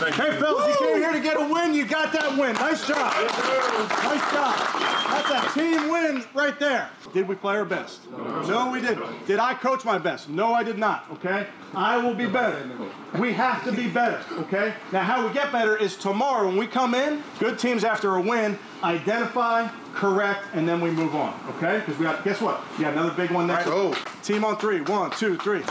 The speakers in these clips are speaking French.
Hey, fellas, you came here to get a win. You got that win. Nice job. Nice job. That's a team win right there. Did we play our best? No, we didn't. Did I coach my best? No, I did not, okay? I will be better. We have to be better, okay? Now, how we get better is tomorrow when we come in, good teams after a win, identify, correct, and then we move on, okay? Because we got, guess what? You got another big one next. Oh, team on three. 1, 2, 3.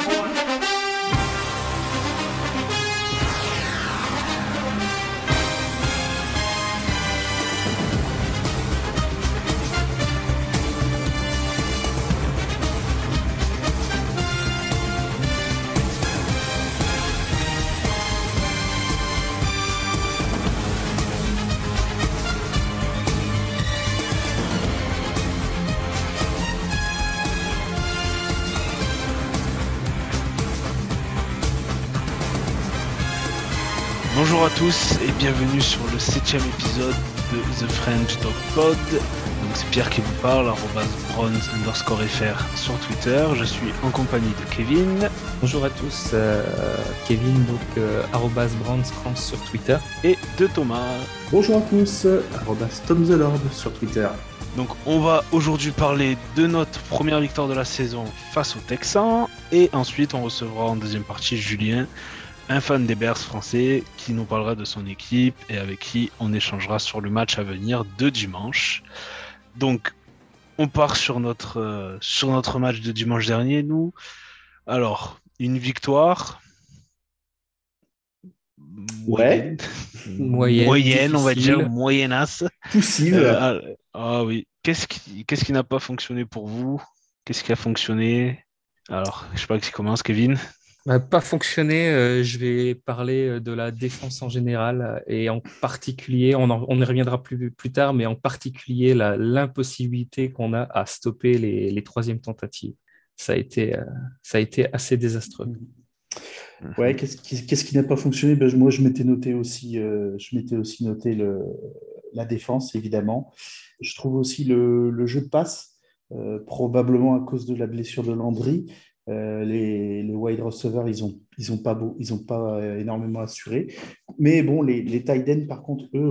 Bonjour à tous et bienvenue sur le 7e épisode de The French Dog Pod. Donc c'est Pierre qui vous parle, @bronze_fr sur Twitter. Je suis en compagnie de Kevin. Bonjour à tous, Kevin, donc @bronzefrance sur Twitter. Et de Thomas. Bonjour à tous, @TomTheLord sur Twitter. Donc on va aujourd'hui parler de notre première victoire de la saison face aux Texans. Et ensuite on recevra en deuxième partie Julien, un fan des Bears français qui nous parlera de son équipe et avec qui on échangera sur le match à venir de dimanche. Donc, on part sur notre match de dimanche dernier, nous. Alors, une victoire. Ouais. Moyenne, on va dire, moyennasse. Possible. Ah oui. Qu'est-ce qui n'a pas fonctionné pour vous? Qu'est-ce qui a fonctionné? Alors, je sais pas qui commence, Kevin. Pas fonctionné, je vais parler de la défense en général et en particulier, on y reviendra plus tard, mais en particulier l'impossibilité qu'on a à stopper les troisièmes tentatives. Ça a été assez désastreux. Ouais, qu'est-ce qui n'a pas fonctionné? Moi, je m'étais noté aussi noté la défense, évidemment. Je trouve aussi le jeu de passe, probablement à cause de la blessure de Landry. Les wide receivers, ils ont pas énormément assuré. Mais bon, les tight ends, par contre, eux,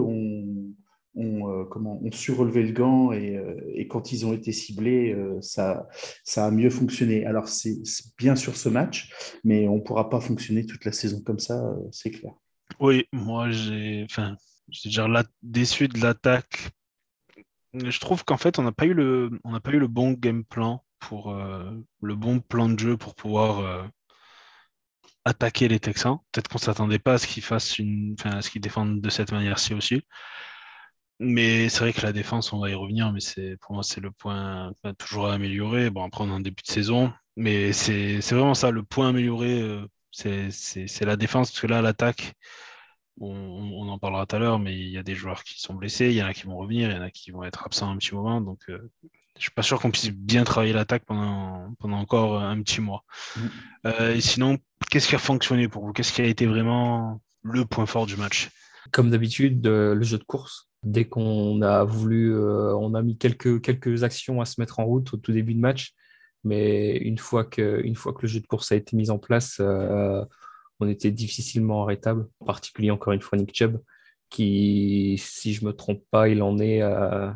ont su relever le gant et quand ils ont été ciblés, ça a mieux fonctionné. Alors, c'est bien sur ce match, mais on ne pourra pas fonctionner toute la saison comme ça, c'est clair. Oui, moi, je veux dire, déçu de l'attaque. Je trouve qu'en fait, on n'a pas eu le bon game plan pour le bon plan de jeu pour pouvoir attaquer les Texans. Peut-être qu'on ne s'attendait pas à ce qu'ils à ce qu'ils défendent de cette manière-ci aussi. Mais c'est vrai que la défense, on va y revenir, mais pour moi, c'est le point toujours à améliorer. Bon, après, on est en début de saison, mais c'est vraiment ça, le point amélioré, c'est la défense, parce que là, l'attaque, on en parlera tout à l'heure, mais il y a des joueurs qui sont blessés, il y en a qui vont revenir, il y en a qui vont être absents un petit moment, donc je suis pas sûr qu'on puisse bien travailler l'attaque pendant encore un petit mois. Et sinon, qu'est-ce qui a fonctionné pour vous? Qu'est-ce qui a été vraiment le point fort du match? Comme d'habitude, le jeu de course. Dès qu'on a voulu, on a mis quelques actions à se mettre en route au tout début de match, mais une fois que le jeu de course a été mis en place, on était difficilement arrêtable, en particulier encore une fois Nick Chubb, qui, si je ne me trompe pas, il en est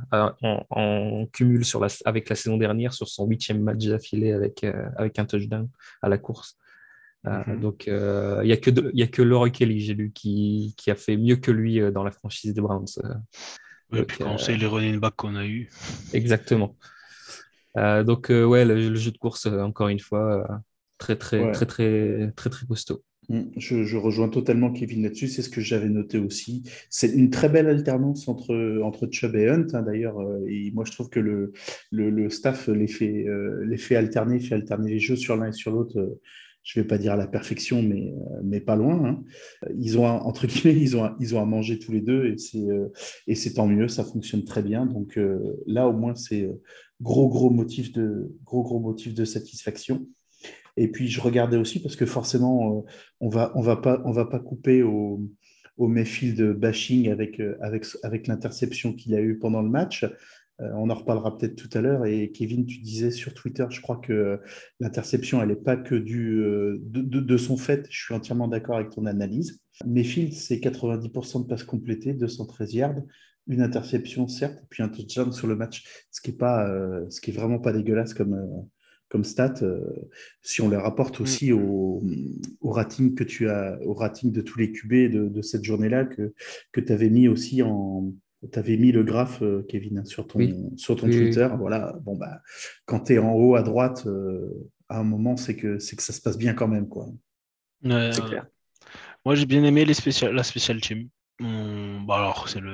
en cumul avec la saison dernière sur son 8e match d'affilée avec un touchdown à la course. Donc, il n'y a que Laura Kelly, j'ai lu, qui a fait mieux que lui dans la franchise des Browns. Et puis quand on sait les running backs qu'on a eu. Exactement. Donc, ouais, le jeu de course, encore une fois, très costaud. Je rejoins totalement Kevin là-dessus, c'est ce que j'avais noté aussi. C'est une très belle alternance entre Chubb et Hunt, hein, d'ailleurs. Et moi, je trouve que le staff les fait alterner les jeux sur l'un et sur l'autre. Je ne vais pas dire à la perfection, mais pas loin. Hein. Ils ont entre guillemets, ils ont à manger tous les deux et c'est tant mieux, ça fonctionne très bien. Donc là, au moins, c'est gros motif de satisfaction. Et puis, je regardais aussi parce que forcément, on va pas couper au Mayfield bashing avec l'interception qu'il a eue pendant le match. On en reparlera peut-être tout à l'heure. Et Kevin, tu disais sur Twitter, je crois que l'interception, elle n'est pas que de son fait. Je suis entièrement d'accord avec ton analyse. Mayfield, c'est 90% de passes complétées, 213 yards, une interception, certes, et puis un touchdown sur le match, ce qui est vraiment pas dégueulasse comme stat. Si on les rapporte Mm. aussi au rating que tu as, au rating de tous les QB de cette journée-là que tu avais mis aussi tu avais mis le graphe, Kevin, Oui, sur ton oui, Twitter. Voilà. Bon, bah, quand tu es en haut à droite, à un moment, c'est que ça se passe bien quand même, quoi. c'est Ouais. clair. Moi, j'ai bien aimé la special team. Bah alors, c'est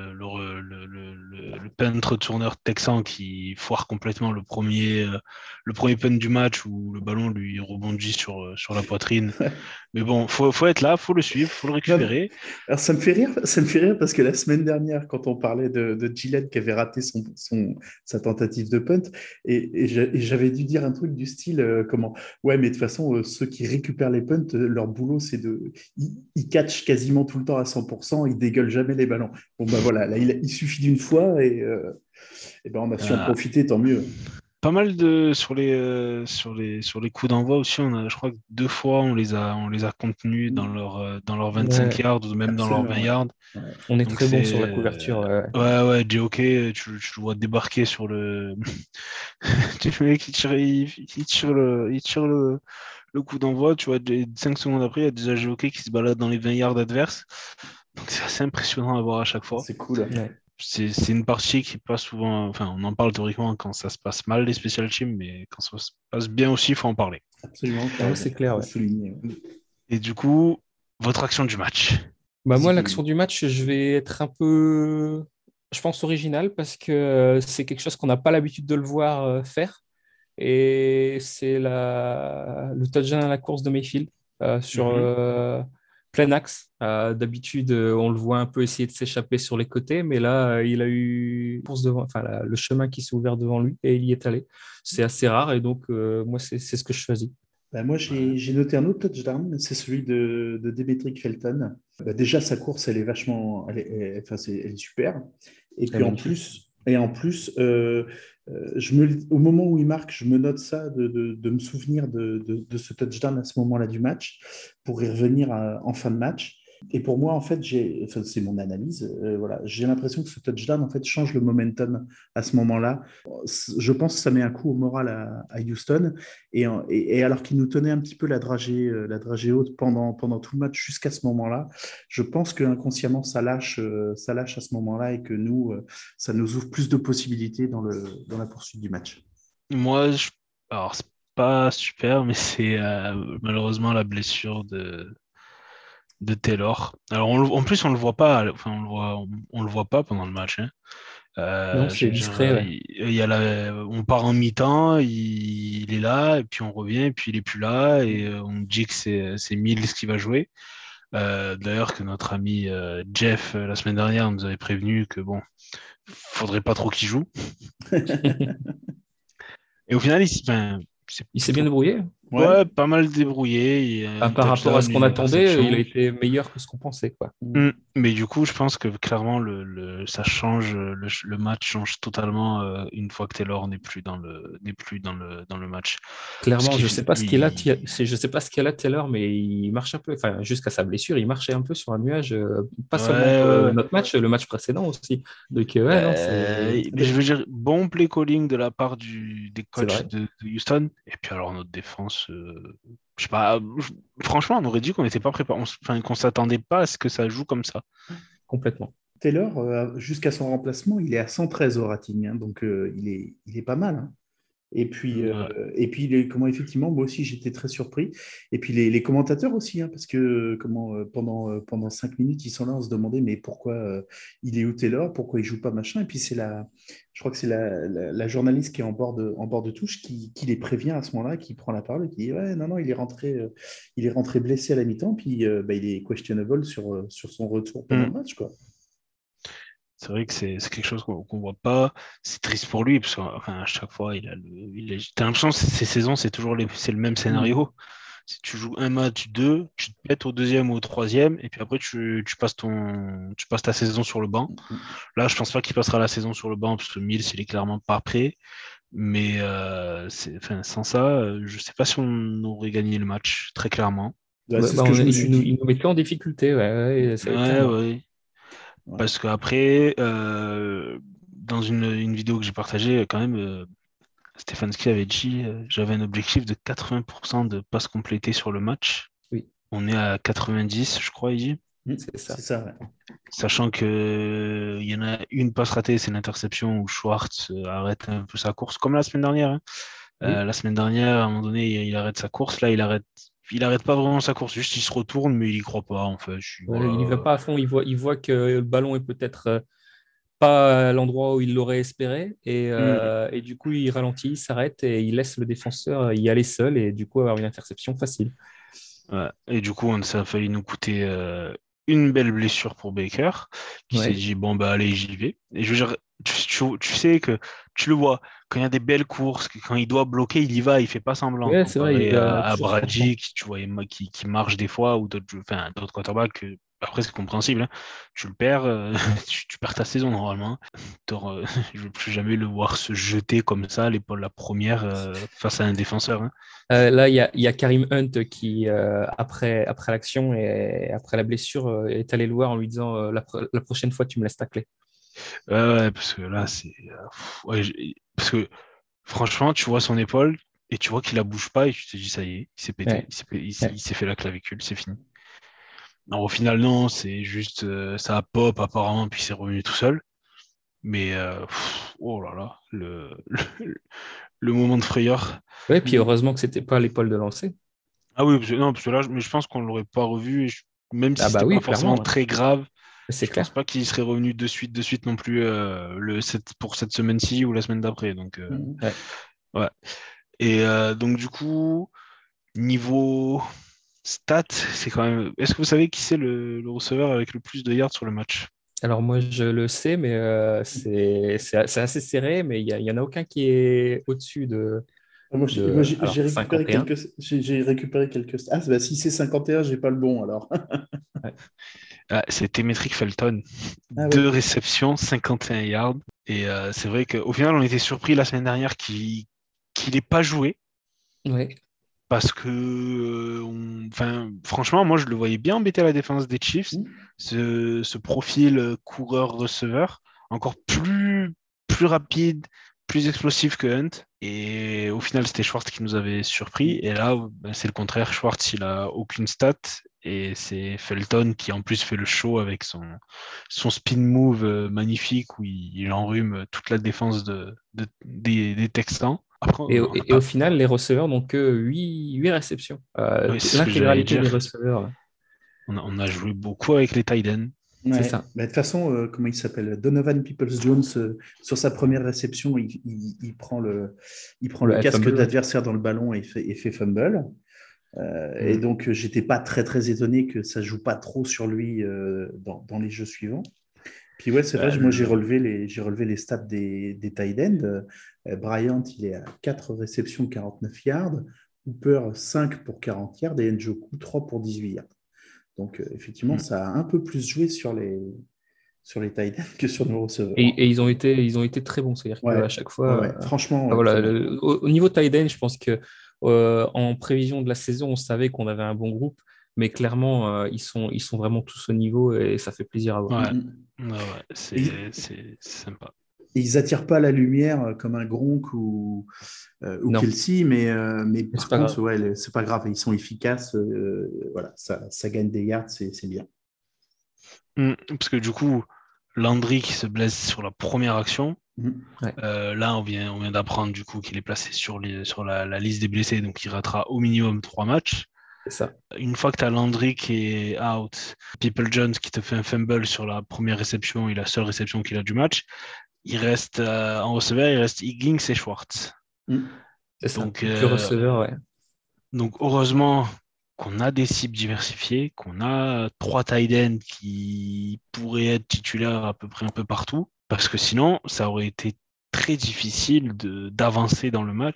le peintre tourneur texan qui foire complètement le premier punt du match où le ballon lui rebondit sur la poitrine. Mais bon, faut être là, faut le suivre, faut le Non, récupérer. alors ça me fait rire parce que la semaine dernière, quand on parlait de Gillette qui avait raté sa tentative de punt, et j'avais dû dire un truc du style ouais, mais de toute façon, ceux qui récupèrent les punts, leur boulot, ils catchent quasiment tout le temps à 100%, ils dégueulent jamais les ballons. Bon, bah voilà, là, il suffit d'une fois et ben, on a su en Euh, profiter, tant mieux. Pas mal de sur les coups d'envoi aussi. Je crois que 2 fois on les a contenus dans leur 25 Ouais, yards ou même dans leur 20 Absolument, ouais. yards. Ouais. on est Donc très bon c'est sur la couverture. Ouais. ouais, ouais, JOK, tu le vois débarquer sur le le mec il tire le coup d'envoi, tu vois, 5 secondes après, il y a déjà JOK qui se balade dans les 20 yards adverses. Donc c'est assez impressionnant à voir à chaque fois. C'est cool. Ouais. C'est une partie qui passe souvent, enfin on en parle théoriquement quand ça se passe mal les special teams, mais quand ça se passe bien aussi, il faut en parler. Absolument, tu as Non, raison. c'est clair. Faut Ouais. souligner. Ouais. Et du coup, votre action du match. Bah, Vas-y, moi, l'action Kevin. du match, je vais être un peu, je pense, original parce que c'est quelque chose qu'on n'a pas l'habitude de le voir faire. Et c'est le touchdown à la course de Mayfield sur Mhm. plein axe. D'habitude, on le voit un peu essayer de s'échapper sur les côtés, mais là, il a eu course devant, enfin, le chemin qui s'est ouvert devant lui et il y est allé. C'est assez rare et donc, moi, c'est ce que je choisis. Bah, moi, j'ai noté un autre touchdown, c'est celui de Demetric Felton. Bah, déjà, sa course, elle est vachement, enfin, elle est super. Et C'est puis magnifique. en plus au moment où il marque, je me note ça, de me souvenir de ce touchdown à ce moment-là du match, pour y revenir en fin de match. Et pour moi, en fait, enfin, c'est mon analyse, voilà, j'ai l'impression que ce touchdown, en fait, change le momentum à ce moment-là. Je pense que ça met un coup au moral à Houston. Et alors qu'il nous tenait un petit peu la dragée haute pendant tout le match jusqu'à ce moment-là, je pense qu'inconsciemment, ça lâche à ce moment-là et que nous, ça nous ouvre plus de possibilités dans la poursuite du match. Moi, alors c'est pas super, mais c'est malheureusement la blessure de Taylor. Alors en plus on le voit pas, enfin on le voit pas pendant le match, hein. Non, Je c'est veux dire, discret, ouais. on part en mi-temps, il est là, et puis on revient, et puis il est plus là, et on dit que c'est Mills qui va jouer. D'ailleurs, que notre ami Jeff, la semaine dernière, nous avait prévenu que bon, faudrait pas trop qu'il joue. Et au final, enfin, c'est Il s'est bien plutôt débrouillé. Ouais. ouais, pas mal débrouillé. Il y a Enfin, un par rapport à ce touchdown, qu'on une attendait, il a interception. été meilleur que ce qu'on pensait, quoi. Mais du coup, je pense que clairement, ça change, le match change totalement une fois que Taylor n'est plus dans le match. Parce Clairement, qu'il je sais pas ce qu'il a, je sais pas ce qu'il a Taylor, mais il marche un peu, enfin, jusqu'à sa blessure, il marchait un peu sur un nuage, pas ouais, seulement ouais, ouais. notre match, le match précédent aussi. Donc, ouais, non, Mais je veux dire, bon play calling de la part des c'est coachs vrai. de Houston. Et puis alors, notre défense, je sais pas, franchement, on aurait dit qu'on n'était pas préparé, enfin, qu'on s'attendait pas à ce que ça joue comme ça. Complètement. Taylor, jusqu'à son remplacement, il est à 113 au rating, hein, donc il est pas mal, hein. Ouais. Et puis comment effectivement, moi aussi j'étais très surpris. Et puis les commentateurs aussi, hein, parce que pendant 5 minutes, ils sont là, on se demandait mais pourquoi il est où Taylor, pourquoi il joue pas machin. Et puis je crois que c'est la journaliste qui est en bord de touche qui les prévient à ce moment-là, qui prend la parole et qui dit ouais non non il est rentré blessé à la mi-temps, puis bah, il est questionable sur son retour pendant Mm. le match quoi. C'est vrai que c'est quelque chose qu'on voit pas. C'est triste pour lui, parce qu'à chaque fois, t'as l'impression que ces saisons, c'est le même Mm. scénario. Si tu joues un match, deux, tu te pètes au deuxième ou au troisième, et puis après, tu passes ta saison sur le banc. Là, je pense pas qu'il passera la saison sur le banc, parce que Mills, il est clairement pas prêt. Mais sans ça, je sais pas si on aurait gagné le match, très clairement. Ouais, c'est ce que je me suis dit. il nous mettait en difficulté, ouais, c'est Ouais, clairement. ouais. Ouais. Parce qu'après, dans une vidéo que j'ai partagée, quand même, Stefanski avait dit j'avais un objectif de 80% de passes complétées sur le match. Oui, On est à 90, je crois, il dit. c'est ça. C'est ça, ouais. Sachant que il y en a une passe ratée, c'est l'interception où Schwartz arrête un peu sa course, comme la semaine dernière. Hein. Oui. La semaine dernière, à un moment donné, il arrête sa course. Là, il arrête pas vraiment sa course. Juste, il se retourne, mais il y croit pas. En fait, Ouais, il n'y va voilà. pas à fond, il voit que le ballon est peut-être pas à l'endroit où il l'aurait espéré, Hmm. et du coup, il ralentit, il s'arrête et il laisse le défenseur y aller seul et du coup avoir une interception facile. Ouais. Et du coup, ça a failli nous coûter une belle blessure pour Baker, qui s'est Ouais, dit, bon, bah allez, j'y vais. Et je veux dire, tu sais que tu le vois, quand il y a des belles courses, quand il doit bloquer, il y va, il fait pas semblant, ouais, c'est vrai, il comparé va à toujours franchement. Brady, qui, tu vois, qui marche des fois, ou d'autres quarterbacks. Après, c'est compréhensible, hein. Tu le perds, tu perds ta saison normalement. Je ne veux plus jamais le voir se jeter comme ça, l'épaule la première, face à un défenseur. Hein. Là, il y a Karim Hunt qui, après l'action et après la blessure, est allé le voir en lui disant la prochaine fois, tu me laisses tacler. Ouais, ouais, parce que là, c'est. Ouais, parce que franchement, tu vois son épaule et tu vois qu'il la bouge pas et tu te dis, ça y est, il s'est pété, Ouais, il ouais. s'est fait la clavicule, c'est fini. Non, au final, non, c'est juste, ça a pop apparemment, puis c'est revenu tout seul. Mais, oh là là, le moment de frayeur. Ouais, puis Mm. heureusement que c'était pas l'épaule de lancer. Ah oui, non, parce que là, mais je pense qu'on l'aurait pas revu, même si Ah bah c'était pas oui, forcément clairement, ouais. très grave. C'est Je pense clair. pas qu'il serait revenu de suite non plus pour cette semaine-ci ou la semaine d'après. Donc, Mm. Ouais. ouais. Et donc, du coup, niveau stats, c'est quand même. Est-ce que vous savez qui c'est le receveur avec le plus de yards sur le match? Alors moi, je le sais, mais c'est assez serré, mais il y en a aucun qui est au-dessus J'ai alors, récupéré 51. j'ai récupéré quelques. Ah, bah, si c'est 51, j'ai pas le bon alors. Ouais. Ah, c'est Temetric Felton. Ah Deux oui. réceptions, 51 yards. Et c'est vrai qu'au final, on était surpris la semaine dernière qu'il n'ait pas joué. Ouais. Parce que, enfin, franchement, moi, je le voyais bien embêter la défense des Chiefs. Mm. Ce profil coureur-receveur, encore plus rapide, plus explosif que Hunt. Et au final, c'était Schwartz qui nous avait surpris. Et là, ben, c'est le contraire. Schwartz, il a aucune stat. Et c'est Felton qui, en plus, fait le show avec son spin move magnifique où il enrhume toute la défense des Texans. Après, on n'a Et au pas. final, les receveurs n'ont que 8 réceptions. Oui, c'est ce que j'allais L'intégralité des dire. receveurs, On a joué beaucoup avec les tight ends. c'est Ouais. ça. Bah, de toute façon, comment il s'appelle? Donovan Peoples-Jones, sur sa première réception, il prend le Le casque fumble, ouais. d'adversaire dans le ballon et fait fumble. Et Mm. donc, j'étais pas très étonné que ça joue pas trop sur lui dans les jeux suivants. Puis ouais, c'est vrai, moi j'ai relevé les stats des tight ends. Bryant, il est à 4 réceptions, 49 yards. Hooper, 5 pour 40 yards. Et Njoku, 3 pour 18 yards. Donc effectivement, Mm. ça a un peu plus joué sur les tight ends que sur nos receveurs. Et ils ont été très bons. C'est-à-dire qu'à Ouais, chaque ouais, fois, ouais. Franchement, enfin, ouais, très voilà, bon. au niveau tight end, je pense que en prévision de la saison, on savait qu'on avait un bon groupe, mais clairement, ils sont vraiment tous au niveau et ça fait plaisir à voir. Ouais. Mm. Ouais, ouais, Et, c'est sympa. et ils attirent pas la lumière comme un Gronk ou Non, Kelsey, mais mais c'est par pas contre, grave. ouais, c'est pas grave, ils sont efficaces. Voilà, ça gagne des yards, c'est bien. Parce que du coup, Landry qui se blesse sur la première action, Mm. Ouais, là, on vient d'apprendre du coup qu'il est placé sur la liste des blessés, donc il ratera au minimum 3 matchs. c'est ça. Une fois que tu as Landry qui est out, People Jones qui te fait un fumble sur la première réception et la seule réception qu'il a du match, il reste en receveur, il reste Higgins et Schwartz. Mm. C'est ça. Donc, Donc le receveur, ouais. heureusement qu'on a des cibles diversifiées, qu'on a 3 tight ends qui pourraient être titulaires à peu près un peu partout, parce que sinon, ça aurait été très difficile d'avancer dans le match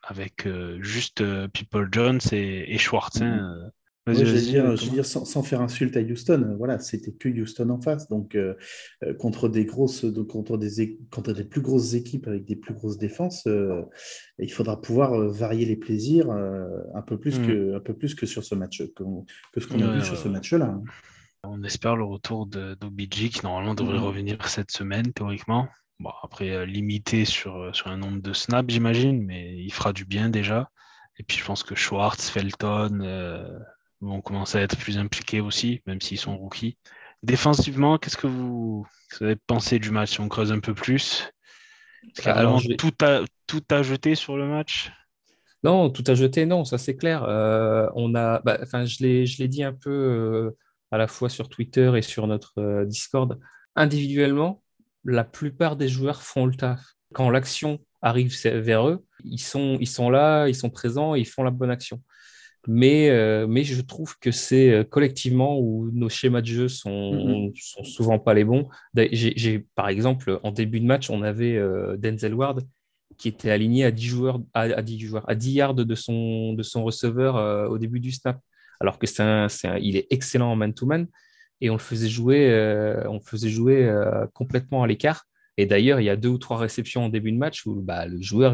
avec juste People Jones et Schwartz. Ouais, Vas-y, je veux Thomas. dire sans faire insulte à Houston, voilà, c'était que Houston en face. Donc, contre des grosses, contre des plus grosses équipes avec des plus grosses défenses, il faudra pouvoir varier les plaisirs Hmm. un peu plus que sur ce match, que ce qu'on Ouais, a vu ouais, sur ce ouais. match-là, hein. On espère le retour d'OBJ qui normalement devrait Mhm. revenir cette semaine, théoriquement. Bon, après, limité sur un nombre de snaps, j'imagine, mais il fera du bien déjà. Et puis je pense que Schwartz, Felton vont commencer à être plus impliqués aussi, même s'ils sont rookies. Défensivement, qu'est-ce que vous avez pensé du match si on creuse un peu plus? Est-ce qu'il y a Alors, vraiment tout à jeter sur le match? non, tout à jeter, non, ça c'est clair. Enfin, je l'ai dit un peu à la fois sur Twitter et sur notre Discord. Individuellement, la plupart des joueurs font le taf. Quand l'action arrive vers eux, ils sont là, ils sont présents, ils font la bonne action. Mais je trouve que c'est collectivement où nos schémas de jeu sont, Mhm. sont souvent pas les bons. Par exemple, en début de match, on avait Denzel Ward qui était aligné à 10 joueurs, à 10 joueurs, à 10 yards de son receveur au début du snap. Alors que il est excellent en man-to-man et on le faisait jouer complètement à l'écart. Et d'ailleurs, il y a 2 ou 3 réceptions en début de match où bah, le joueur,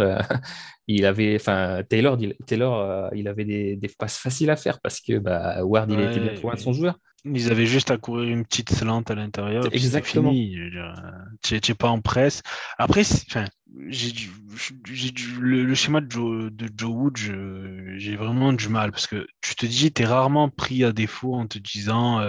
il avait des passes faciles à faire parce que bah, Ward, il était bien trop loin de son Ouais, joueur. ils avaient juste à courir une petite slante à l'intérieur et puis c'était Exactement. fini. Je veux dire, tu es pas en presse. Après, enfin, le schéma de Joe Wood, j'ai vraiment du mal parce que tu te dis, tu es rarement pris à défaut en te disant,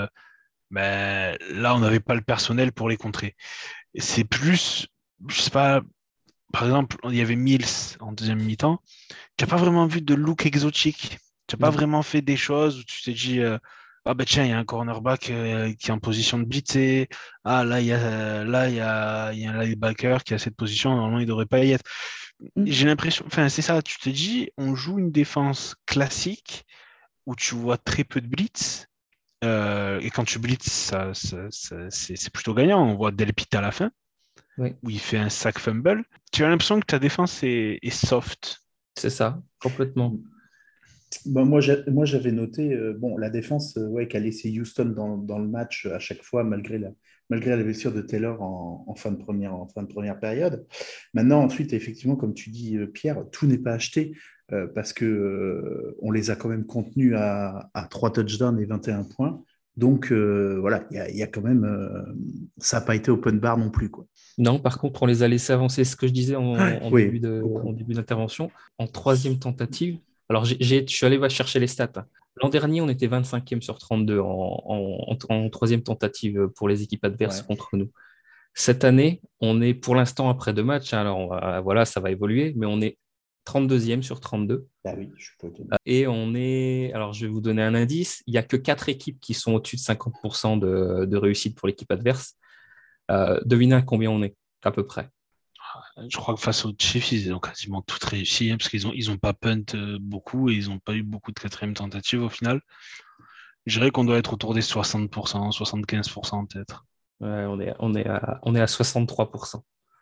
ben, là, on n'avait pas le personnel pour les contrer. Et c'est plus, je sais pas, par exemple, il y avait Mills en deuxième mi-temps. Tu n'as pas vraiment vu de look exotique. Tu n'as pas Non. vraiment fait des choses où tu t'es dit ah ben tiens, il y a un cornerback qui est en position de blitzer. Ah il y a un linebacker qui a cette position. Normalement, il ne devrait pas y être. Mhm. J'ai l'impression, enfin, c'est ça. Tu te dis, on joue une défense classique où tu vois très peu de blitz. Et quand tu blitz, c'est plutôt gagnant. On voit Delpit à la fin Oui, où il fait un sack fumble. Tu as l'impression que ta défense est soft. c'est ça, complètement. Ben, moi, j'avais noté bon, la défense ouais, qui a laissé Houston dans le match à chaque fois, malgré la blessure de Taylor en fin de première période. Maintenant, ensuite, effectivement, comme tu dis, Pierre, tout n'est pas acheté parce que on les a quand même contenus à 3 touchdowns et 21 points. Donc, voilà, il y a quand même. Ça n'a pas été open bar non plus, quoi. Non, par contre, on les a laissés avancer. Ce que je disais en début Oui, de, en beaucoup. début d'intervention, en troisième tentative. Alors, je suis allé chercher les stats, hein. L'an dernier, on était 25e sur 32 en troisième tentative pour les équipes adverses Ouais. contre nous. Cette année, on est pour l'instant après 2 matchs, hein. Alors, voilà, ça va évoluer, mais on est 32e sur 32. Ah oui, je peux te dire. Et alors je vais vous donner un indice, il n'y a que 4 équipes qui sont au-dessus de 50% de réussite pour l'équipe adverse. Devinez à combien on est, à peu près. Je crois que face aux Chiefs, ils ont quasiment tout réussi, hein, parce qu'ils ont pas punt beaucoup et ils n'ont pas eu beaucoup de quatrième tentatives au final. Je dirais qu'on doit être autour des 60%, 75% peut-être. Ouais, on est à 63%.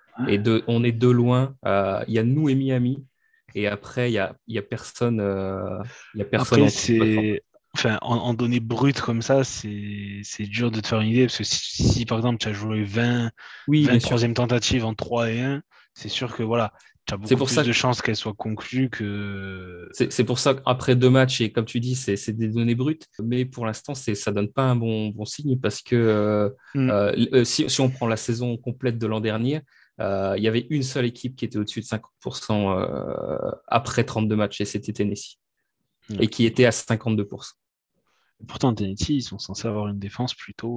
On est de loin. Il y a nous et Miami. Et après, il y a personne Après, en dessous de notre. enfin, en données brutes comme ça, c'est dur de te faire une idée, parce que si, par exemple tu as joué 20, Oui, 20 bien sûr. troisième tentatives en 3 et 1, c'est sûr que voilà, tu as C'est beaucoup pour plus ça de que chances qu'elle soit conclue que. c'est pour ça qu'après 2 matchs, et comme tu dis, c'est des données brutes, mais pour l'instant, ça donne pas un bon signe parce que Hmm. si on prend la saison complète de l'an dernier, il y avait une seule équipe qui était au-dessus de 50% après 32 matchs, et c'était Tennessee, et Ouais. qui était à 52%. Et pourtant, Tennessee, ils sont censés avoir une défense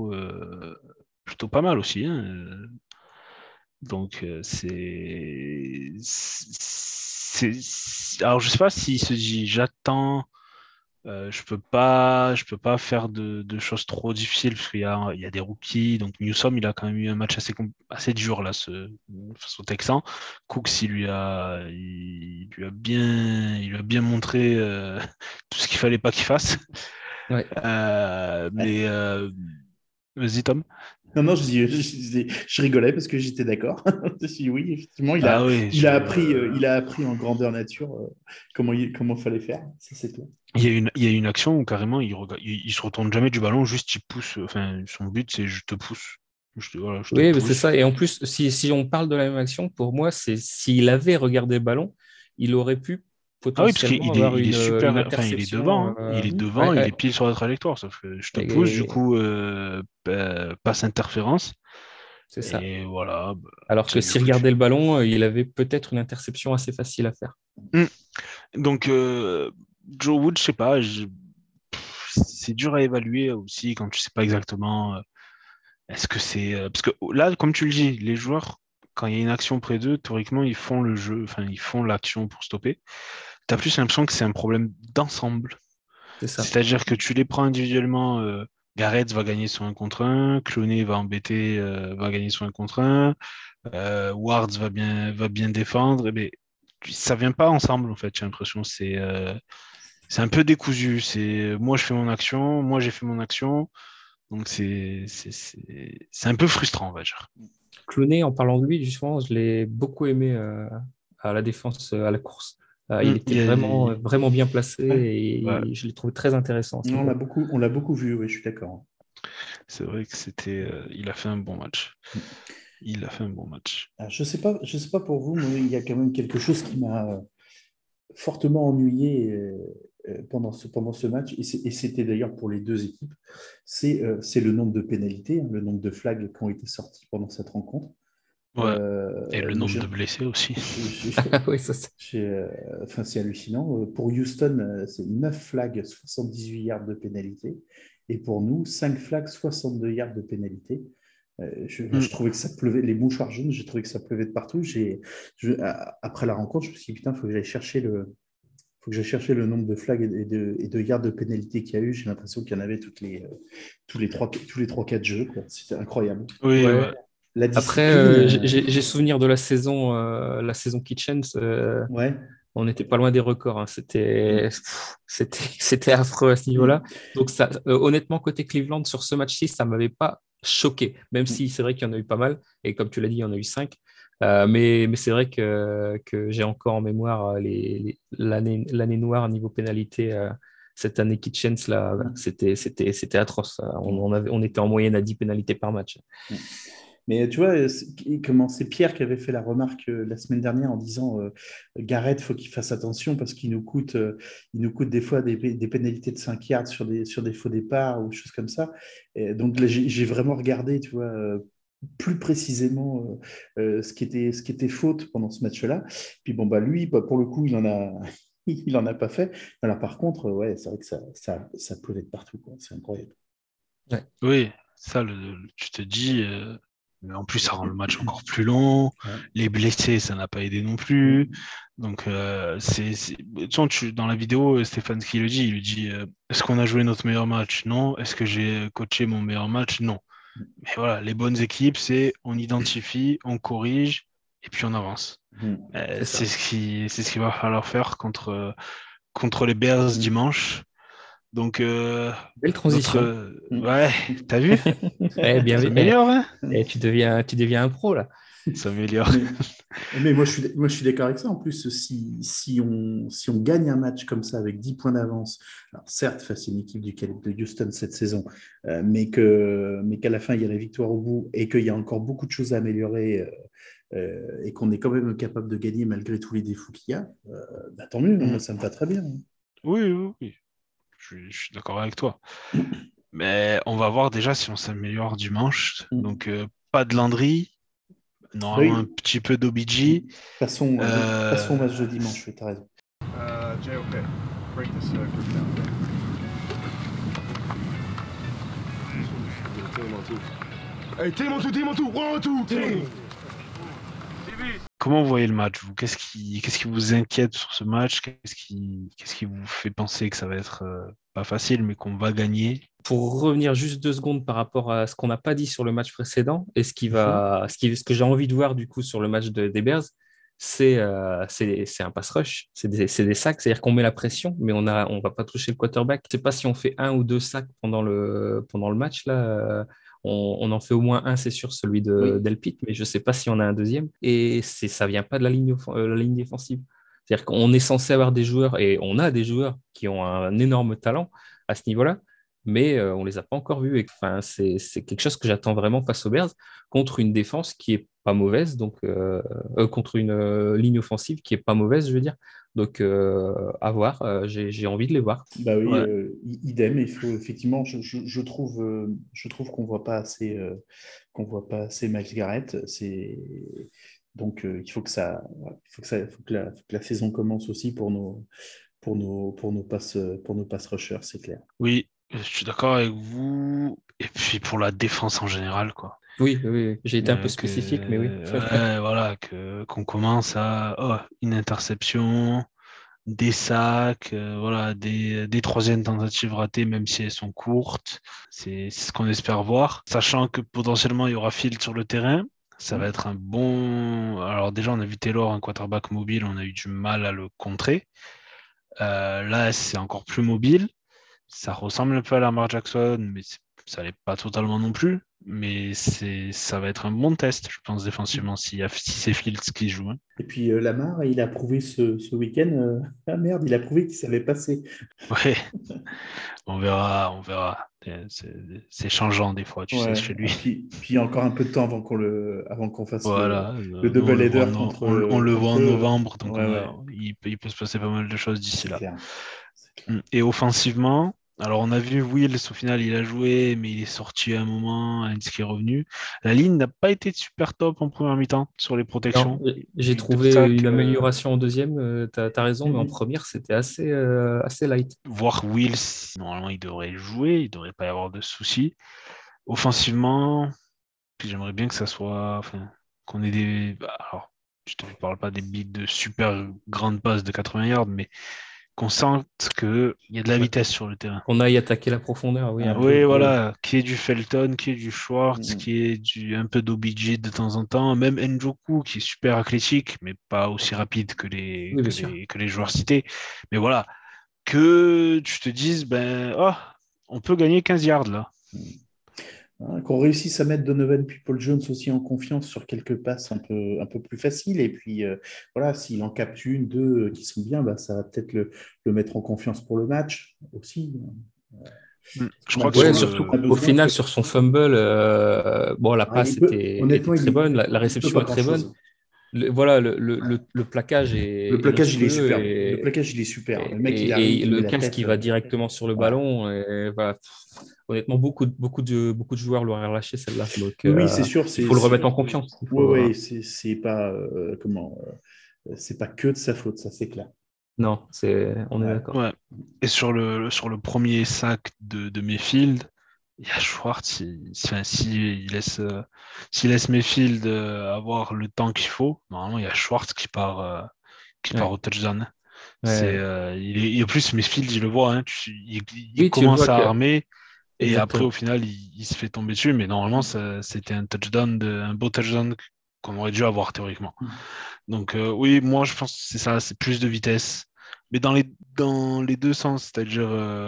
plutôt pas mal aussi, hein. Donc, alors, je sais pas s'il se dit j'attends, je peux pas faire de choses trop difficiles parce qu'il y a des rookies. Donc, Newsome, il a quand même eu un match assez dur là, face aux Texans. Cooks, il lui a bien montré tout ce qu'il fallait pas qu'il fasse. Ouais. Mais vas-y, Tom. Non, je rigolais parce que j'étais d'accord. Je dis oui, effectivement, Ah oui, il a appris en grandeur nature comment fallait faire. Ça, c'est clair. il y a une action où carrément il se retourne jamais du ballon, juste il pousse. Enfin, son but c'est je te pousse. Voilà, je te Oui, mais c'est pousse. ça. Et en plus, si on parle de la même action, pour moi, c'est s'il avait regardé le ballon, il aurait pu Ah oui, parce potentiellement avoir il est super. une Enfin, il est interception. devant, hein. Il est devant, Ouais, il ouais. est pile sur la trajectoire. Sauf que je te pousse, du Et coup, passe interférence. c'est ça. Et voilà, bah, Alors que c'est mieux s'il foutu. regardait le ballon, il avait peut-être une interception assez facile à faire. Hmm. Donc, Joe Wood, je sais pas, c'est dur à évaluer aussi quand tu sais pas exactement. Est-ce que c'est. Parce que là, comme tu le dis, les joueurs, quand il y a une action près d'eux, théoriquement, ils font le jeu, enfin, ils font l'action pour stopper. Tu as plus l'impression que c'est un problème d'ensemble. C'est ça. C'est-à-dire que tu les prends individuellement. Gareth va gagner sur un contre un, Clooney va embêter, va gagner sur un contre un, Wards va bien défendre. Et ben, ça vient pas ensemble, en fait, j'ai l'impression. C'est un peu décousu. C'est moi, je fais mon action, moi, j'ai fait mon action. Donc, c'est un peu frustrant, on va dire. Clooney, en parlant de lui, justement, je l'ai beaucoup aimé à la défense, à la course. Il était Il y a vraiment, des- vraiment bien placé Ouais. ouais, et je l'ai trouvé très intéressant à ce Non, niveau-là. on l'a beaucoup vu, oui, je suis d'accord. c'est vrai que il a fait un bon match. Il a fait un bon match. Alors, je sais pas pour vous, mais il y a quand même quelque chose qui m'a fortement ennuyé pendant ce match, et c'était d'ailleurs pour les deux équipes, c'est le nombre de pénalités, hein, le nombre de flags qui ont été sortis pendant cette rencontre. Ouais. Et le Moi, nombre de blessés aussi. Oui, ça, c'est- enfin, c'est hallucinant. Pour Houston, c'est 9 flags, 78 yards de pénalité. Et pour nous, 5 flags, 62 yards de pénalité. Je Mm. trouvais que ça pleuvait, les mouchoirs jaunes, j'ai trouvé que ça pleuvait de partout. Après la rencontre, je me suis dit, putain, il faut que j'aille chercher faut que j'aille chercher le nombre de flags et de yards de pénalité qu'il y a eu. J'ai l'impression qu'il y en avait tous les 3-4 jeux, quoi. C'était incroyable. Oui, ouais. ouais. La Après, discipline, j'ai souvenir de la saison Kitchens. ouais. On n'était pas loin des records, hein. C'était affreux à ce niveau-là. Mm. Donc, ça, honnêtement, côté Cleveland, sur ce match-ci, ça ne m'avait pas choqué, même Mm. si c'est vrai qu'il y en a eu pas mal. Et comme tu l'as dit, il y en a eu 5. Mais c'est vrai que j'ai encore en mémoire l'année noire niveau pénalité. Cette année Kitchens, là, Mm. c'était atroce. Mm. On était en moyenne à 10 pénalités par match. Mm. Mais tu vois, c'est Pierre qui avait fait la remarque la semaine dernière en disant Gareth, faut qu'il fasse attention parce il nous coûte des fois des pénalités de 5 yards sur des faux départs ou choses comme ça. Et donc là, j'ai vraiment regardé, tu vois, plus précisément ce qui était faute pendant ce match-là. Puis bon, bah lui, bah, pour le coup, il en a pas fait. Alors par contre, ouais, c'est vrai que ça pleuvait de partout, quoi. C'est incroyable. Ouais. Oui, ça, tu te dis. Mais en plus, ça rend le match encore plus long. Ouais. Les blessés, ça n'a pas aidé non Mm. plus. Donc, de toute façon, dans la vidéo, Stéphane, ce qu'il le dit, il lui dit est-ce qu'on a joué notre meilleur match? Non. Est-ce que j'ai coaché mon meilleur match? Non. Mais voilà, les bonnes équipes, c'est on identifie, on corrige et puis on avance. Mm. C'est ça. C'est ce qu'il va falloir faire contre les Bears Mm. dimanche. Donc, Belle transition. Mm. ouais, t'as vu? Eh, bien, Ça s'améliore, hein? et tu deviens un pro, là. Ça s'améliore. Mais moi, je suis d'accord avec ça. En plus, si on gagne un match comme ça avec 10 points d'avance, alors certes, face à une équipe du calibre de Houston cette saison, mais qu'à la fin, il y a la victoire au bout et qu'il y a encore beaucoup de choses à améliorer et qu'on est quand même capable de gagner malgré tous les défauts qu'il y a, bah, tant mieux. Moi, Mm. ça me va très bien. Oui, oui, oui. Je suis d'accord avec toi. Mais on va voir déjà si on s'améliore dimanche. Donc, pas de Landry. Normalement, un Oui, petit peu d'OBJ. passons au match de Euh, dimanche, oui, t'as raison. Jay, okay. Break this group down. Hey, team on two, 1, 2, team. Comment vous voyez le match, vous? Qu'est-ce qui vous inquiète sur ce match? Qu'est-ce qui vous fait penser que ça va être pas facile, mais qu'on va gagner? Pour revenir juste 2 secondes par rapport à ce qu'on n'a pas dit sur le match précédent et ce que j'ai envie de voir du coup sur le match des Bears, c'est un pass rush, c'est des sacs, c'est-à-dire qu'on met la pression, mais on va pas toucher le quarterback. Je sais pas si on fait 1 ou 2 sacs pendant le match là. On en fait au moins un, c'est sûr, celui Oui. d'Elpit, mais je ne sais pas si on a un deuxième. Et ça ne vient pas de la ligne défensive. C'est-à-dire qu'on est censé avoir des joueurs, et on a des joueurs qui ont un énorme talent à ce niveau-là, mais on ne les a pas encore vus. Enfin, c'est quelque chose que j'attends vraiment face aux Bears contre une défense qui est pas mauvaise, donc contre une ligne offensive qui est pas mauvaise, je veux dire. Donc, à voir, j'ai envie de les voir. Bah oui, Ouais. idem. Il faut effectivement, je trouve qu'on voit pas assez Miles Garrett. Donc il faut que ça, faut que la saison commence aussi pour nos pass rushers, c'est clair. Oui, je suis d'accord avec vous. Et puis pour la défense en général, quoi. Oui, oui, oui. J'ai été un peu spécifique, mais oui. Ouais, voilà, qu'on commence à une interception, des sacs, voilà, des troisièmes tentatives ratées, même si elles sont courtes. C'est ce qu'on espère voir. Sachant que potentiellement il y aura Field sur le terrain. Ça va être un bon. Alors déjà, on a vu Taylor, un quarterback mobile, on a eu du mal à le contrer. Là, c'est encore plus mobile. Ça ressemble un peu à Lamar Jackson, mais ça l'est pas totalement non plus. Mais ça va être un bon test, je pense, défensivement, si c'est Fields qui joue, hein. Et puis Lamar, il a prouvé ce week-end, ah merde, il a prouvé qu'il savait passer. Ouais, on verra, on verra. C'est changeant des fois, tu sais, Ouais. chez Ah, lui. puis il y a encore un peu de temps avant qu'on fasse Voilà, le nous, double header on le voit contre en eux. novembre, donc Ouais, ouais, il peut se passer pas mal de choses d'ici c'est là. clair. C'est clair. Et offensivement, alors on a vu Wills, au final, il a joué, mais il est sorti à un moment, Heinz qui est revenu. La ligne n'a pas été super top en première mi-temps sur les Non, protections. j'ai Deux trouvé sacs, une amélioration en deuxième, t'as raison, mais en Mhm. première, c'était assez light. voir Wills, normalement, il devrait jouer, il devrait pas y avoir de soucis. Offensivement, puis j'aimerais bien que ça soit, enfin, qu'on ait des, alors, je te parle pas des beats de super grandes passes de 80 yards, mais qu'on sente qu'il y a de la Ouais. vitesse sur le terrain. On aille attaquer la profondeur, oui, Un un peu. peu, Oui, oui. voilà, qui est du Felton, qui est du Schwartz, Mhm. qui est un peu d'OBJ de temps en temps, même Njoku qui est super athlétique, mais pas aussi rapide Oui, bien sûr. que les joueurs cités. Mais voilà, que tu te dises, ben, oh, on peut gagner 15 yards là. Hein, qu'on réussisse à mettre Donovan puis Paul Jones aussi en confiance sur quelques passes un peu plus faciles. Et puis, voilà, s'il en capte une, deux qui sont bien, bah, ça va peut-être le mettre en confiance pour le match aussi. Je On a crois que Ouais, sur besoin, surtout on a le. qu'au besoin final, que. sur son fumble, bon, la Ah, passe était honnêtement, très bonne, la il peut réception pas est très bonne. grand-chose. Voilà, le plaquage Le est plaquage, il est monstrueux superbe. Le plaquage, il est super. Le mec, il et arrive, il met le la 15 qui tête. va directement sur le Ouais. ballon. Et voilà. Honnêtement, beaucoup de joueurs l'auraient relâché celle-là. Donc, Oui, oui, c'est sûr. il faut le remettre en confiance. Ouais, ouais, c'est pas c'est pas que de sa faute, ça, c'est clair. Non, on est Ouais. d'accord. Ouais. Et sur le premier sac de Mayfield, il y a Schwartz, enfin, s'il laisse Mayfield avoir le temps qu'il faut, normalement il y a Schwartz qui part Ouais, au touchdown. ouais. Il est plus Mayfield, je le vois, hein, il Oui, tu le vois commence à que. armer et après au Exactement. final il se fait tomber dessus, mais normalement c'était un beau touchdown qu'on aurait dû avoir théoriquement. Donc oui, moi je pense que c'est ça, c'est plus de vitesse. Mais dans les deux sens, c'est-à-dire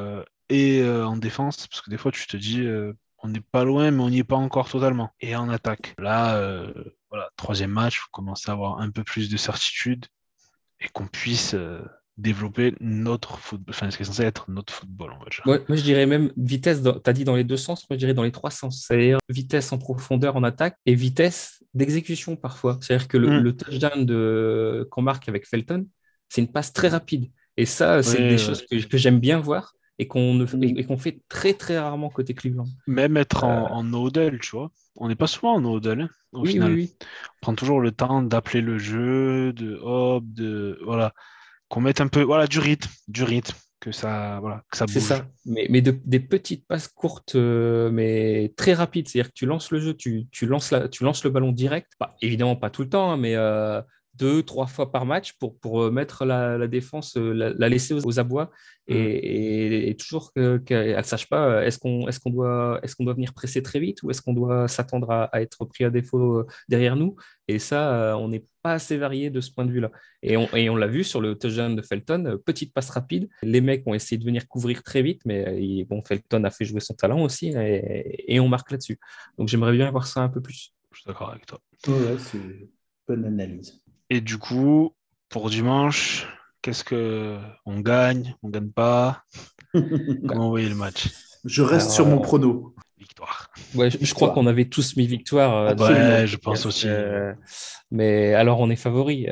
en défense, parce que des fois tu te dis on n'est pas loin, mais on n'y est pas encore totalement. Et en attaque. Là, voilà, troisième match, il faut commencer à avoir un peu plus de certitude et qu'on puisse développer notre football, enfin ce qui est censé être notre football, on va dire. Moi, je dirais même vitesse, tu as dit dans les deux sens, moi je dirais dans les trois sens. C'est-à-dire vitesse en profondeur en attaque et vitesse d'exécution parfois. C'est-à-dire que Mm. le touchdown qu'on marque avec Felton, c'est une passe très rapide. Et ça, c'est des Ouais, ouais. choses que j'aime bien voir et Mm. qu'on fait très très rarement côté Cleveland. Même être Euh, en no-huddle, tu vois. On n'est pas souvent en no-huddle, hein, au oui, oui, final. oui. On prend toujours le temps d'appeler le jeu, voilà, qu'on mette un peu, voilà, du rythme, voilà, que ça C'est bouge. ça, mais des petites passes courtes, mais très rapides. C'est-à-dire que tu lances le jeu, tu lances le ballon direct. Évidemment, pas tout le temps, hein, mais 2-3 fois par match pour mettre la défense, la laisser aux abois et toujours qu'elle ne sache pas est-ce qu'on doit venir presser très vite ou est-ce qu'on doit s'attendre à être pris à défaut derrière nous. Et ça, on n'est pas assez varié de ce point de vue-là. Et on l'a vu sur le touchdown de Felton, petite passe rapide. Les mecs ont essayé de venir couvrir très vite, mais bon, Felton a fait jouer son talent aussi et on marque là-dessus. Donc j'aimerais bien voir ça un peu plus. Je suis d'accord avec toi. Ouais, c'est une bonne analyse. Et du coup, pour dimanche, qu'est-ce que on gagne pas? Comment vous voyez le match? Je reste Alors, sur mon prono. Victoire. Ouais, je crois qu'on avait tous mis victoire. Absolument. Ouais, je pense aussi. Mais alors, on est favori.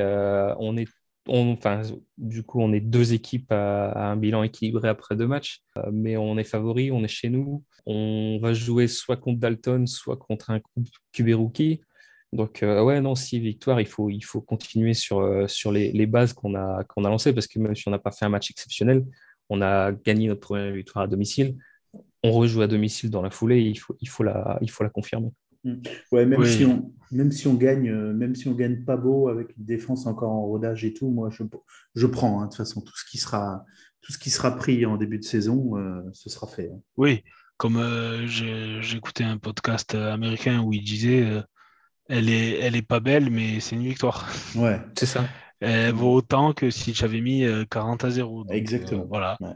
Enfin, du coup, on est 2 équipes à un bilan équilibré après 2 matchs. Mais on est favori, on est chez nous. On va jouer soit contre Dalton, soit contre un QB rookie. Donc, ouais, non, si victoire, il faut continuer sur les bases qu'on a lancées. Parce que même si on n'a pas fait un match exceptionnel, on a gagné notre première victoire à domicile. On rejoue à domicile dans la foulée, il faut la confirmer. Ouais, Oui. même si on gagne pas beau avec une défense encore en rodage et tout, moi je prends, hein, de toute façon tout ce qui sera pris en début de saison, ce sera fait. Oui, comme j'écoutais un podcast américain où il disait elle est pas belle, mais c'est une victoire. Ouais, C'est ça. Elle vaut autant que si j'avais mis 40-0. Donc exactement. voilà, Ouais.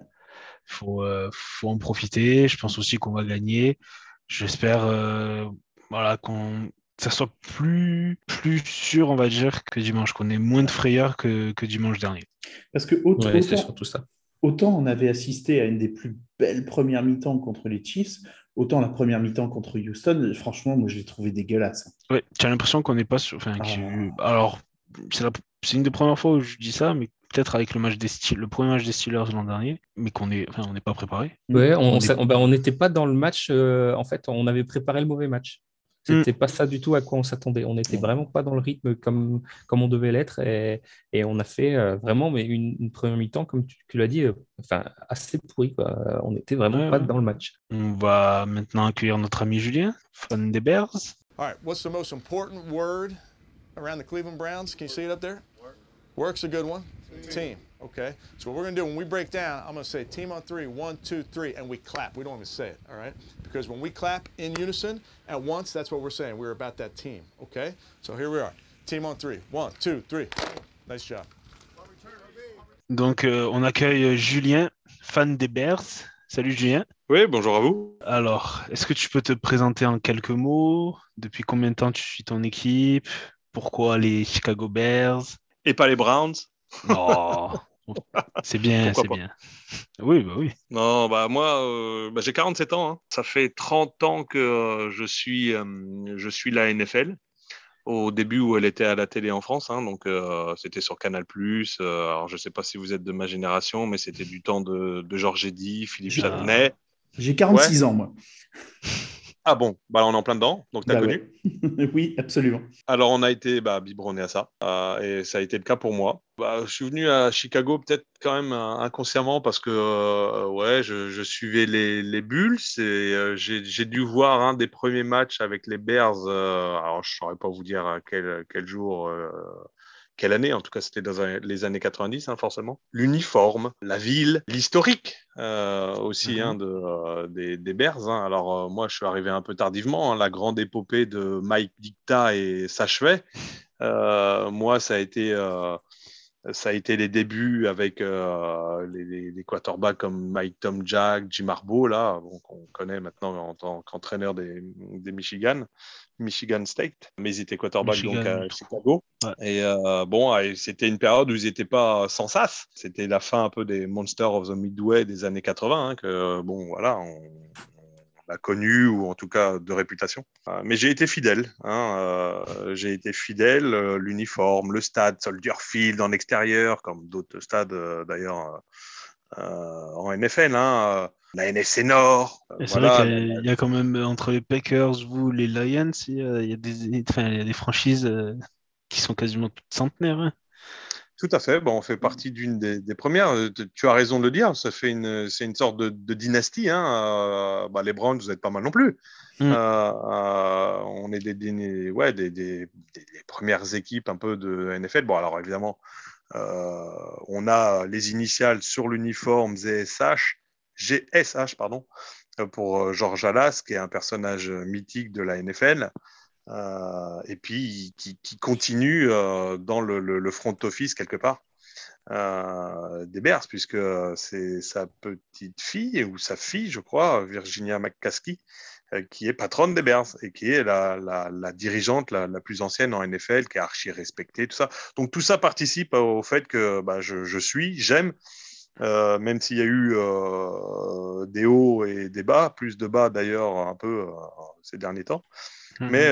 faut en profiter. Je pense aussi qu'on va gagner. J'espère voilà, que ça soit plus sûr, on va dire, que dimanche, qu'on ait moins de frayeur que dimanche dernier. Parce que Ouais, c'est surtout ça. autant on avait assisté à une des plus belles premières mi-temps contre les Chiefs, autant la première mi-temps contre Houston, franchement, moi je l'ai trouvé dégueulasse. Ouais, tu as l'impression qu'on n'est pas sur. Enfin, alors, c'est une des premières fois où je dis ça, mais peut-être avec le premier match des Steelers l'an dernier, mais on n'est pas préparé. Ouais, On est- on n'était pas dans le match. En fait, on avait préparé le mauvais match. C'était pas ça du tout à quoi on s'attendait. On n'était vraiment pas dans le rythme comme on devait l'être. Et on a fait vraiment mais une première mi-temps, comme tu l'as dit, enfin, assez pourri, quoi. On n'était vraiment Ouais, pas ouais. dans le match. On va maintenant accueillir notre ami Julien, fan des Bears. All right, what's the most important word around the Cleveland Browns? Can you see it up there? Work's a good one. Team. Okay. So what we're going to do when we break down, I'm going to say team on 3, 1, 2, 3, and we clap. We don't even say it, all right? Because when we clap in unison at once, that's what we're saying. We're about that team. Okay. So here we are. Team on 3, 1, 2, 3. Nice job. Donc, on accueille Julien, fan des Bears. Salut Julien. Oui, bonjour à vous. Alors, est-ce que tu peux te présenter en quelques mots? Depuis combien de temps tu suis ton équipe? Pourquoi les Chicago Bears? Et pas les Browns. Non, c'est bien, Pourquoi c'est pas. bien. Oui, bah oui. Non, bah moi, j'ai 47 ans. Hein. Ça fait 30 ans que je suis la NFL. Au début où elle était à la télé en France, hein, donc c'était sur Canal+. Alors je sais pas si vous êtes de ma génération, mais c'était du temps de Georges Eddy, Philippe J'ai- Châtenay. J'ai 46 ans, moi. Ah bon, bah on est en plein dedans, donc t'as Bah connu. ouais. Oui, absolument. Alors on a été biberonné à ça, et ça a été le cas pour moi. Je suis venu à Chicago peut-être quand même inconsciemment parce que ouais, je suivais les Bulls et j'ai dû voir un des premiers matchs avec les Bears. Alors je saurais pas vous dire à quel jour. Quelle année? En tout cas, c'était dans les années 90, hein, forcément. L'uniforme, la ville, l'historique aussi hein, des Bears. Hein. Alors, moi, je suis arrivé un peu tardivement. Hein. La grande épopée de Mike Dicta et s'achevait. Moi, ça a été les débuts avec les quarterbacks comme Mike Tomczak, Jim Harbaugh, là, qu'on connaît maintenant en tant qu'entraîneur des Michigan State. Mais ils étaient quarterbacks donc à Chicago. Ouais. Et c'était une période où ils n'étaient pas sans sas. C'était la fin un peu des Monsters of the Midway des années 80, hein, que voilà, on a connu, ou en tout cas de réputation. Mais j'ai été fidèle. L'uniforme, le stade, Soldier Field en extérieur, comme d'autres stades d'ailleurs en NFL. La NFC Nord. C'est vrai qu'il y a quand même entre les Packers, vous, les Lions, il y a des franchises qui sont quasiment toutes centenaires. Hein. Tout à fait. Bon, on fait partie d'une des premières. Tu as raison de le dire. C'est une sorte de dynastie. Hein. Les Browns, vous n'êtes pas mal non plus. Mm. On est des premières équipes un peu de NFL. Bon, alors évidemment, on a les initiales sur l'uniforme GSH, pardon, pour George Halas, qui est un personnage mythique de la NFL. Et puis qui continue dans le front office quelque part des Bears, puisque c'est sa petite fille ou sa fille, je crois, Virginia McCaskey, qui est patronne des Bears et qui est la dirigeante la plus ancienne en NFL, qui est archi respectée, tout ça. Donc tout ça participe au fait que j'aime, même s'il y a eu des hauts et des bas, plus de bas d'ailleurs un peu ces derniers temps. Mais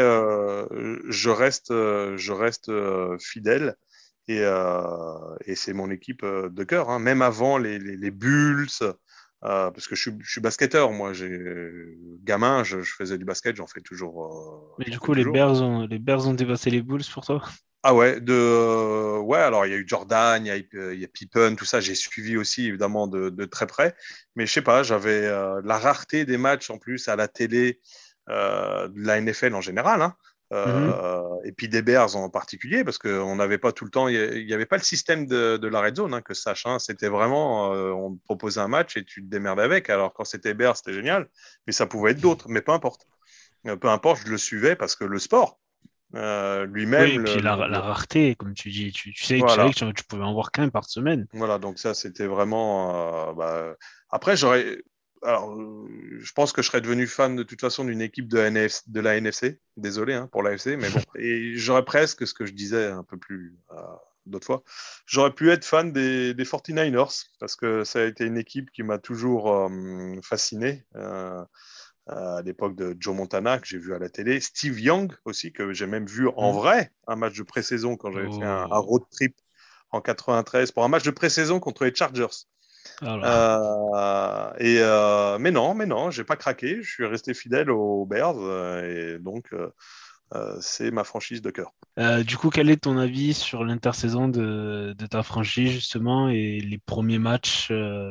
je reste fidèle et c'est mon équipe de cœur. Hein. Même avant les Bulls, parce que je suis basketteur. Moi, gamin, je faisais du basket, j'en fais toujours. Mais J'en du fais coup, toujours. les Bears ont dépassé les Bulls pour toi? Ah ouais, ouais. Alors il y a eu Jordan, il y a Pippen, tout ça. J'ai suivi aussi évidemment de très près. Mais je sais pas, j'avais la rareté des matchs en plus à la télé de la NFL en général, hein. Mhm. Et puis des Bears en particulier, parce qu'on n'avait pas tout le temps, il n'y avait pas le système de la red zone, hein, que sache. Hein. C'était vraiment, on te proposait un match et tu te démerdes avec. Alors quand c'était Bears, c'était génial, mais ça pouvait être d'autres, mais peu importe. Peu importe, je le suivais parce que le sport Oui, lui-même, et puis la rareté, comme tu dis, tu savais voilà. que tu pouvais en voir qu'un par semaine. Voilà, donc ça, c'était vraiment. Après, Alors, je pense que je serais devenu fan de toute façon d'une équipe de la NFC. Désolé hein, pour l'AFC, mais bon. Et j'aurais presque, ce que je disais un peu plus d'autres fois, j'aurais pu être fan des 49ers parce que ça a été une équipe qui m'a toujours fasciné. À l'époque de Joe Montana, que j'ai vu à la télé. Steve Young aussi, que j'ai même vu en Mhm. vrai, un match de pré-saison quand j'avais fait un Oh, road trip en 93 pour un match de pré-saison contre les Chargers. alors. Mais non, j'ai pas craqué. Je suis resté fidèle aux Bears et donc c'est ma franchise de cœur. Du coup, quel est ton avis sur l'intersaison de ta franchise, justement, et les premiers matchs?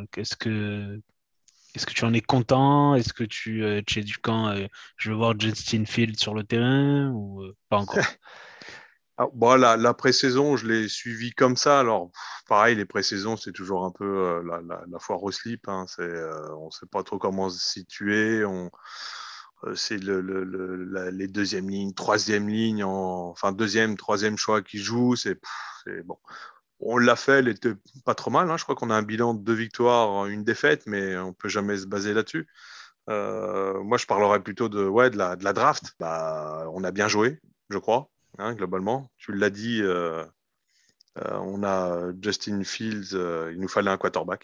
Est-ce que tu en es content? Est-ce que tu es du camp, je veux voir Justin Fields sur le terrain ou pas encore? La pré-saison, je l'ai suivi comme ça. Alors, pareil, les pré-saisons, c'est toujours un peu la foire au slip. Hein. On ne sait pas trop comment se situer. C'est les deuxièmes lignes, troisième ligne, enfin deuxième, troisième choix qui joue. C'est bon. On l'a fait, elle était pas trop mal. Hein. Je crois qu'on a un bilan de 2 victoires, une défaite, mais on peut jamais se baser là-dessus. Moi, je parlerais plutôt de la draft. On a bien joué, je crois, hein, globalement. Tu l'as dit, on a Justin Fields, il nous fallait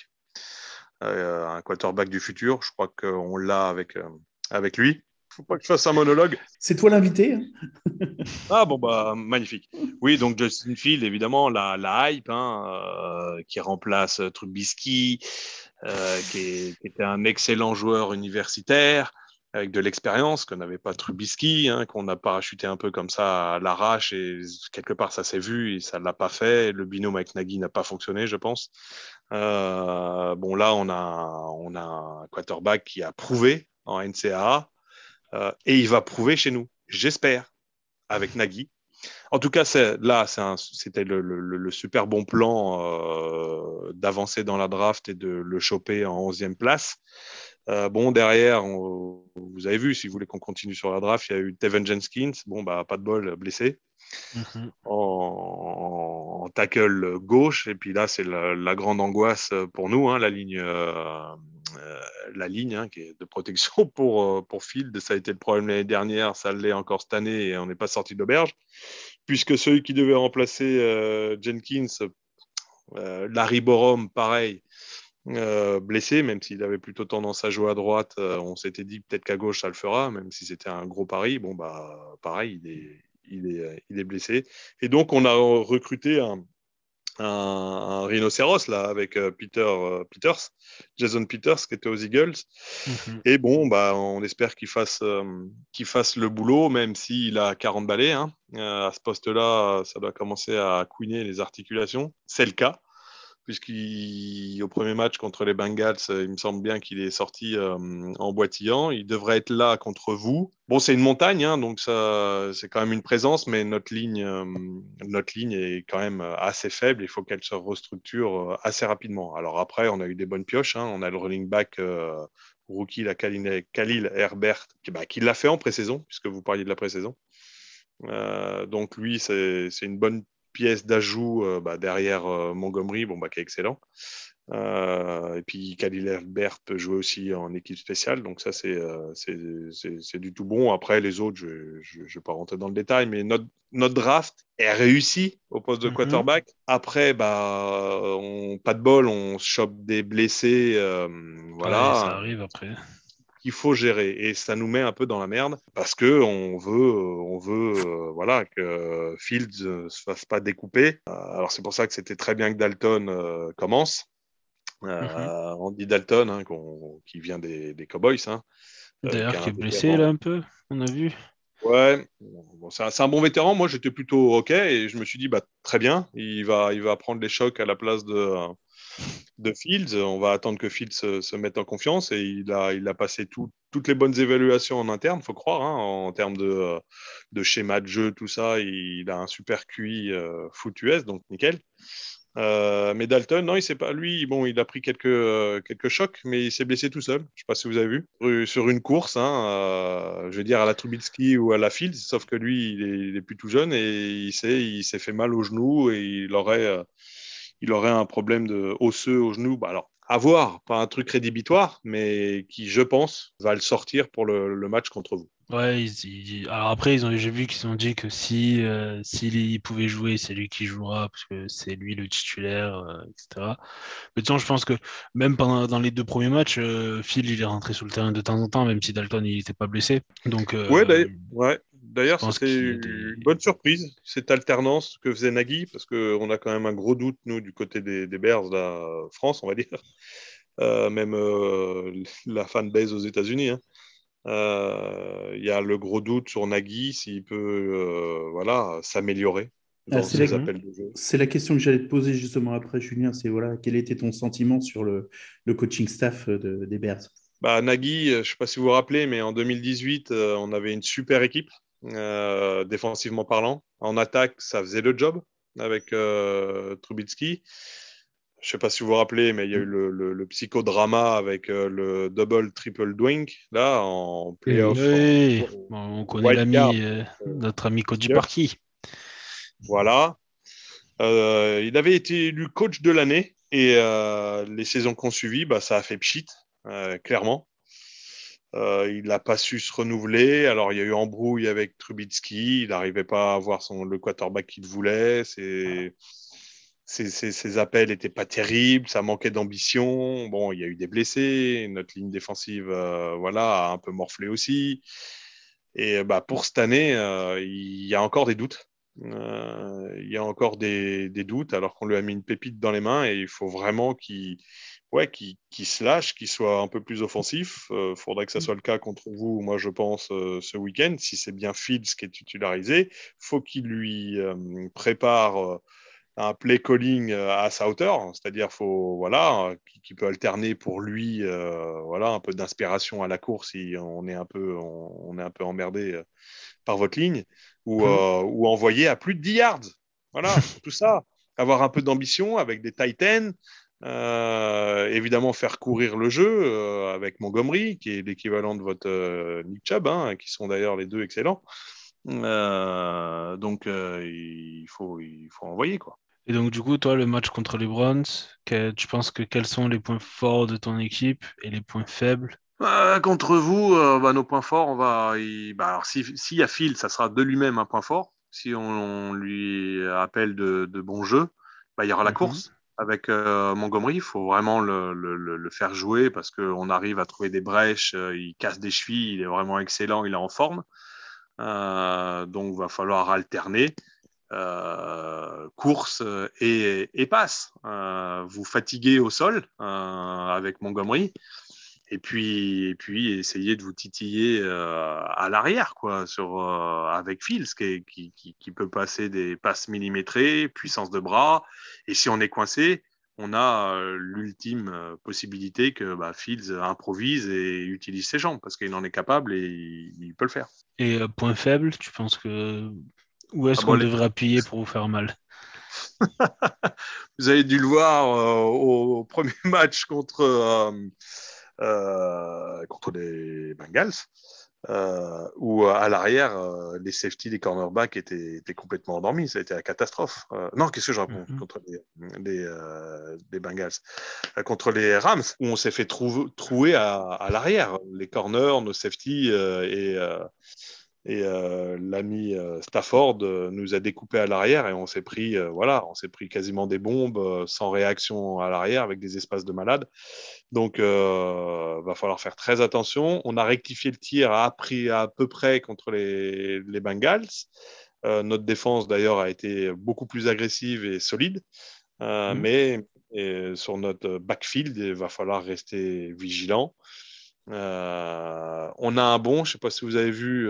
un quarterback du futur. Je crois qu'on l'a avec lui. Faut pas que je fasse un monologue. C'est toi l'invité, hein. Ah bon bah magnifique. Oui donc Justin Fields évidemment la hype hein, qui remplace Trubisky, qui était un excellent joueur universitaire avec de l'expérience que n'avait pas Trubisky, hein, qu'on a parachuté un peu comme ça à l'arrache et quelque part ça s'est vu et ça l'a pas fait. Le binôme avec Nagy n'a pas fonctionné je pense. Bon là on a un quarterback qui a prouvé en NCAA et il va prouver chez nous. J'espère avec Nagy. En tout cas, c'était le super bon plan d'avancer dans la draft et de le choper en 11e place. Bon, derrière, vous avez vu, si vous voulez qu'on continue sur la draft, il y a eu Tevin Jenkins. Bon, pas de bol, blessé. Mhm. En tackle gauche. Et puis là, c'est la grande angoisse pour nous, hein, la ligne hein, qui est de protection pour Field. Ça a été le problème l'année dernière, ça l'est encore cette année et on n'est pas sorti d'auberge. Puisque celui qui devait remplacer Jenkins, Larry Borom, pareil, blessé, même s'il avait plutôt tendance à jouer à droite, on s'était dit peut-être qu'à gauche ça le fera, même si c'était un gros pari. Bon, pareil, il est blessé. Et donc, on a recruté un rhinocéros là avec Jason Peters qui était aux Eagles. Et bon, bah, on espère qu'il fasse le boulot, même s'il a 40 balais. Hein. À ce poste-là, ça doit commencer à couiner les articulations. C'est le cas, puisqu'au premier match contre les Bengals, il me semble bien qu'il est sorti en boitillant. Il devrait être là contre vous. Bon, c'est une montagne, hein, donc ça, c'est quand même une présence, mais notre ligne est quand même assez faible. Il faut qu'elle se restructure assez rapidement. Alors après, on a eu des bonnes pioches. Hein. On a le running back rookie, la Khalil Herbert, qui l'a fait en pré-saison, puisque vous parliez de la pré-saison. Donc lui, c'est une bonne pièce d'ajout derrière Montgomery, qui est excellent. Et puis Khalil Herbert peut jouer aussi en équipe spéciale, donc ça c'est du tout bon. Après les autres, je vais pas rentrer dans le détail, mais notre draft est réussi au poste de quarterback. Après, pas de bol, on chope des blessés, voilà. Ouais, ça arrive après. Il faut gérer et ça nous met un peu dans la merde parce que on veut voilà que Fields se fasse pas découper. Alors c'est pour ça que c'était très bien que Dalton commence. Andy Dalton hein, qui vient des Cowboys hein, d'ailleurs qui est blessé là un peu, on a vu. Ouais, bon, c'est un bon vétéran. Moi j'étais plutôt ok et je me suis dit très bien, il va prendre les chocs à la place de Fields. On va attendre que Fields se mette en confiance et il a passé toutes les bonnes évaluations en interne, faut croire, hein, en termes de schéma de jeu, tout ça. Il a un super QI foot US, donc nickel. Mais Dalton, non, il sait pas. Lui, bon, il a pris quelques chocs, mais il s'est blessé tout seul. Je sais pas si vous avez vu sur une course, hein, je veux dire à la Trubisky ou à la Fields, sauf que lui, il est plus tout jeune et il s'est fait mal au genou et il aurait un problème osseux au genou. Alors, à voir, pas un truc rédhibitoire, mais qui, je pense, va le sortir pour le match contre vous. Ouais, alors après, j'ai vu qu'ils ont dit que s'il pouvait jouer, c'est lui qui jouera, parce que c'est lui le titulaire, etc. Mais de toute façon, je pense que même dans les 2 premiers matchs, Phil, il est rentré sur le terrain de temps en temps, même si Dalton, il n'était pas blessé. Donc, D'ailleurs, c'était une bonne surprise, cette alternance que faisait Nagy, parce qu'on a quand même un gros doute, nous, du côté des Bears, la France, on va dire. Même la fanbase aux États-Unis. Hein. Il y a le gros doute sur Nagy s'il peut s'améliorer dans ses appels de jeu. C'est la question que j'allais te poser justement après, Julien. C'est voilà, quel était ton sentiment sur le coaching staff des Bears? Nagy, je ne sais pas si vous vous rappelez, mais en 2018, on avait une super équipe, défensivement parlant. En attaque, ça faisait le job avec Trubisky. Je ne sais pas si vous vous rappelez, mais il y a eu le psychodrama avec le double, triple doink, là, en playoff. Oui, on connaît notre ami coach du parti. Voilà. Il avait été élu coach de l'année et les saisons qu'on suivi, ça a fait pchit, clairement. Il n'a pas su se renouveler. Alors, il y a eu embrouille avec Trubisky. Il n'arrivait pas à avoir le quarterback qu'il voulait. Ses appels n'étaient pas terribles, ça manquait d'ambition. Bon, il y a eu des blessés, notre ligne défensive a un peu morflé aussi. Et pour cette année, il y a encore des doutes. Il y a encore des doutes alors qu'on lui a mis une pépite dans les mains et il faut vraiment qu'il se lâche, qu'il soit un peu plus offensif. Faudrait que ça soit le cas contre vous, moi je pense, ce week-end. Si c'est bien Fields qui est titularisé, faut qu'il lui prépare un play calling à sa hauteur, c'est-à-dire qui peut alterner pour lui un peu d'inspiration à la course si on est un peu emmerdé par votre ligne ou envoyer à plus de 10 yards. Voilà, tout ça, avoir un peu d'ambition avec des tight ends, évidemment faire courir le jeu avec Montgomery qui est l'équivalent de votre Nick Chubb, hein, qui sont d'ailleurs les deux excellents. Donc il faut envoyer quoi. Et donc, du coup, toi, le match contre les Browns, tu penses que quels sont les points forts de ton équipe et les points faibles? Contre vous, nos points forts, alors s'il y a Phil, ça sera de lui-même un point fort. Si on lui appelle de bons jeux, il y aura la course avec Montgomery. Il faut vraiment le faire jouer parce qu'on arrive à trouver des brèches. Il casse des chevilles, il est vraiment excellent, il est en forme. Donc, il va falloir alterner. course et passe. Vous fatiguez au sol avec Montgomery. Et puis essayer de vous titiller à l'arrière, quoi, avec Fields, qui peut passer des passes millimétrées, puissance de bras. Et si on est coincé, on a l'ultime possibilité que Fields improvise et utilise ses jambes, parce qu'il en est capable et il peut le faire. Et point faible, tu penses que où est-ce qu'on devrait appuyer pour vous faire mal? Vous avez dû le voir au premier match contre les Bengals, où à l'arrière, les safety, les cornerbacks étaient complètement endormis. Ça a été la catastrophe. Non, qu'est-ce que je raconte contre les Bengals, contre les Rams, où on s'est fait trouer à l'arrière. Les corners, nos safety et l'ami Stafford nous a découpé à l'arrière et on s'est pris quasiment des bombes sans réaction à l'arrière avec des espaces de malade. Donc va falloir faire très attention. On a rectifié le tir à peu près contre les Bengals. Notre défense d'ailleurs a été beaucoup plus agressive et solide, mais sur notre backfield il va falloir rester vigilant. On a un bon, je ne sais pas si vous avez vu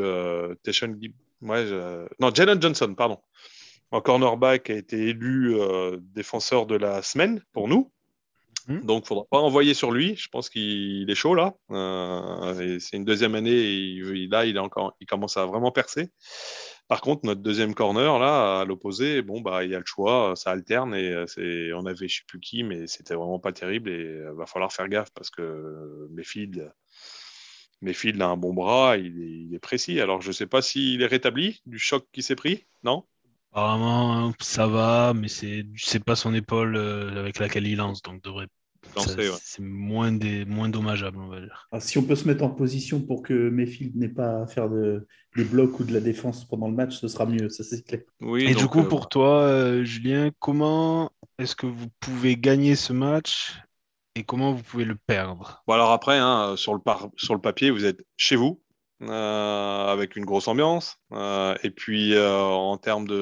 Jalen Johnson, pardon, en cornerback, a été élu défenseur de la semaine pour nous. Donc, il ne faudra pas envoyer sur lui. Je pense qu'il est chaud là. C'est une deuxième année et là, il commence à vraiment percer. Par contre, notre deuxième corner, là, à l'opposé, il y a le choix, ça alterne et on avait je ne sais plus qui, mais c'était vraiment pas terrible et va falloir faire gaffe parce que Mayfield a un bon bras, il est précis. Alors, je ne sais pas s'il est rétabli du choc qu'il s'est pris, non? Apparemment, ça va, mais c'est pas son épaule avec laquelle il lance, donc c'est moins dommageable, on va dire. Alors, si on peut se mettre en position pour que Mayfield n'ait pas à faire des blocs ou de la défense pendant le match, ce sera mieux, ça c'est clair. Oui, et donc, du coup, pour toi, Julien, comment est-ce que vous pouvez gagner ce match et comment vous pouvez le perdre? Bon, alors après, sur le papier, vous êtes chez vous, avec une grosse ambiance. Et puis, en termes de...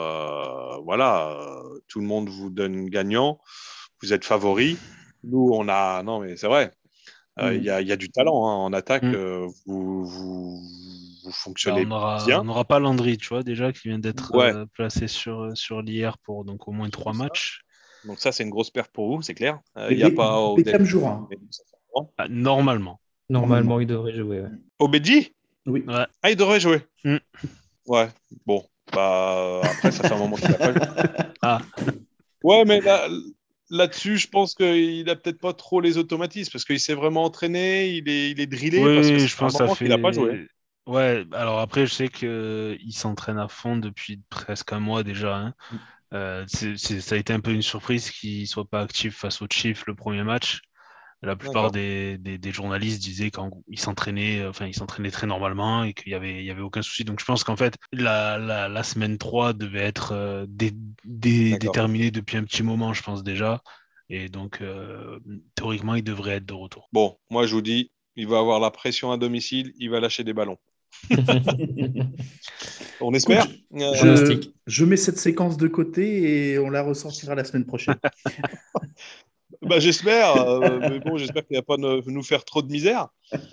tout le monde vous donne gagnant. Vous êtes favori. Nous, on a... Non, mais c'est vrai. Il y a du talent en attaque. Vous fonctionnez bien. On n'aura pas Landry, tu vois, déjà, qui vient d'être placé sur l'IR pour donc au moins 3 matchs. Donc ça, c'est une grosse perte pour vous, c'est clair. Il n'y a pas Beckham jouera. Normalement. Normalement, il devrait jouer. Ouais. Obedji ? Oui. Ouais. Ah, il devrait jouer. Ouais. Bon. Après, ça fait un moment qu'il n'a pas joué. Ouais, mais là-dessus, je pense qu'il n'a peut-être pas trop les automatismes parce qu'il s'est vraiment entraîné, il est drillé. Oui, parce que je pense que ça fait... qu'il n'a pas joué. Ouais, alors après, je sais qu'il s'entraîne à fond depuis presque un mois déjà. Hein. Ça a été un peu une surprise qu'il ne soit pas actif face aux Chiefs le premier match. La plupart des journalistes disaient qu'il s'entraînait, il s'entraînait très normalement et qu'il y avait aucun souci. Donc je pense qu'en fait, la semaine 3 devait être déterminée depuis un petit moment, je pense déjà. Et donc, théoriquement, il devrait être de retour. Bon, moi je vous dis, il va avoir la pression à domicile, il va lâcher des ballons. On espère. Je mets cette séquence de côté et on la ressortira la semaine prochaine. J'espère, mais bon, j'espère qu'il ne va pas nous faire trop de misère.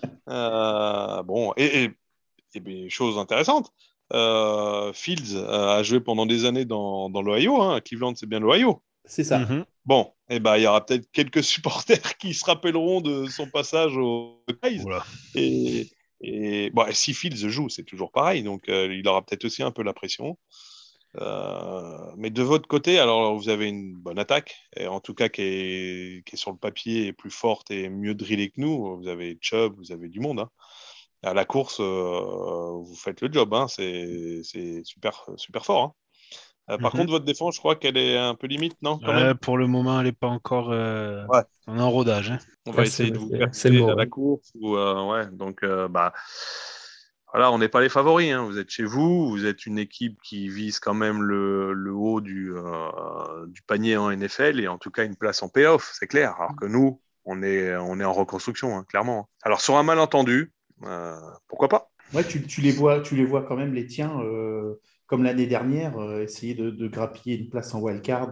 Et chose intéressante, Fields a joué pendant des années dans l'Ohio. Hein. Cleveland, c'est bien l'Ohio. C'est ça. Bon, il y aura peut-être quelques supporters qui se rappelleront de son passage au Buckeyes. Et si Fields joue, c'est toujours pareil. Donc, il aura peut-être aussi un peu la pression. Mais de votre côté, alors vous avez une bonne attaque, et en tout cas qui est sur le papier est plus forte et mieux drillée que nous. Vous avez Chubb, vous avez du monde. Hein. À la course, vous faites le job. Hein. C'est super, super fort. Hein. Par contre, votre défense, je crois qu'elle est un peu limite, non quand même. Pour le moment, elle n'est pas encore on est en rodage. Hein. On va essayer de vous percer à la course. Donc, voilà, on n'est pas les favoris. Hein. Vous êtes chez vous. Vous êtes une équipe qui vise quand même le haut du panier en NFL et en tout cas une place en playoff, c'est clair. Alors que nous, on est en reconstruction, hein, clairement. Alors, sur un malentendu, pourquoi pas ? Ouais, tu les vois quand même, les tiens, comme l'année dernière, essayer de grappiller une place en wildcard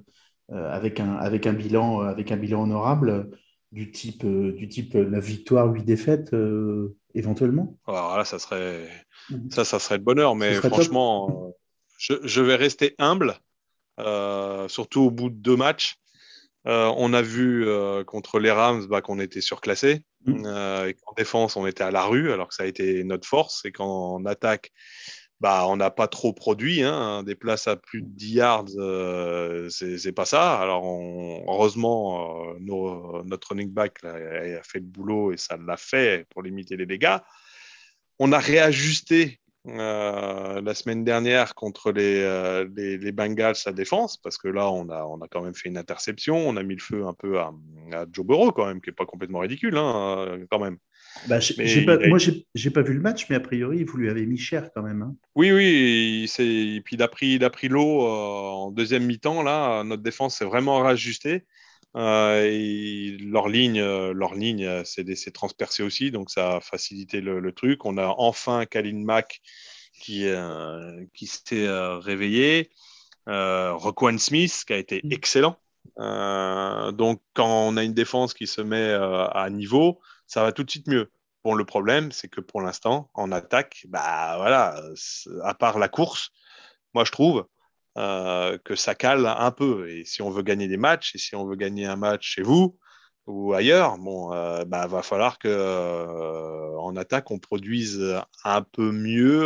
avec un bilan honorable du type 9 victoires, 8 défaites, éventuellement. Alors là, ça serait le bonheur. Ce Mais serait top. franchement, je vais rester humble, surtout au bout de 2 matchs. On a vu contre les Rams qu'on était surclassé. Et qu'en défense, on était à la rue, alors que ça a été notre force. Et qu'en attaque, on n'a pas trop produit. Hein. Des places à plus de 10 yards, c'est pas ça. Alors, heureusement, notre running back là, a fait le boulot et ça l'a fait pour limiter les dégâts. On a réajusté la semaine dernière contre les Bengals à défense, parce que là, on a quand même fait une interception. On a mis le feu un peu à Joe Burrow, quand même, qui n'est pas complètement ridicule, hein, quand même. Mais Moi, j'ai pas vu le match, mais a priori, vous lui avez mis cher quand même. Hein. oui, oui, et puis il a pris l'eau en deuxième mi-temps. Là, notre défense s'est vraiment réajustée. Et leur ligne s'est transpercée aussi, donc ça a facilité le truc. On a enfin Khalil Mack qui s'est réveillé. Roquan Smith qui a été excellent. Donc quand on a une défense qui se met à niveau, ça va tout de suite mieux. Bon, le problème, c'est que pour l'instant, en attaque, voilà, à part la course, moi je trouve que ça cale un peu. Et si on veut gagner des matchs, et si on veut gagner un match chez vous ou ailleurs, bon, va falloir que en attaque on produise un peu mieux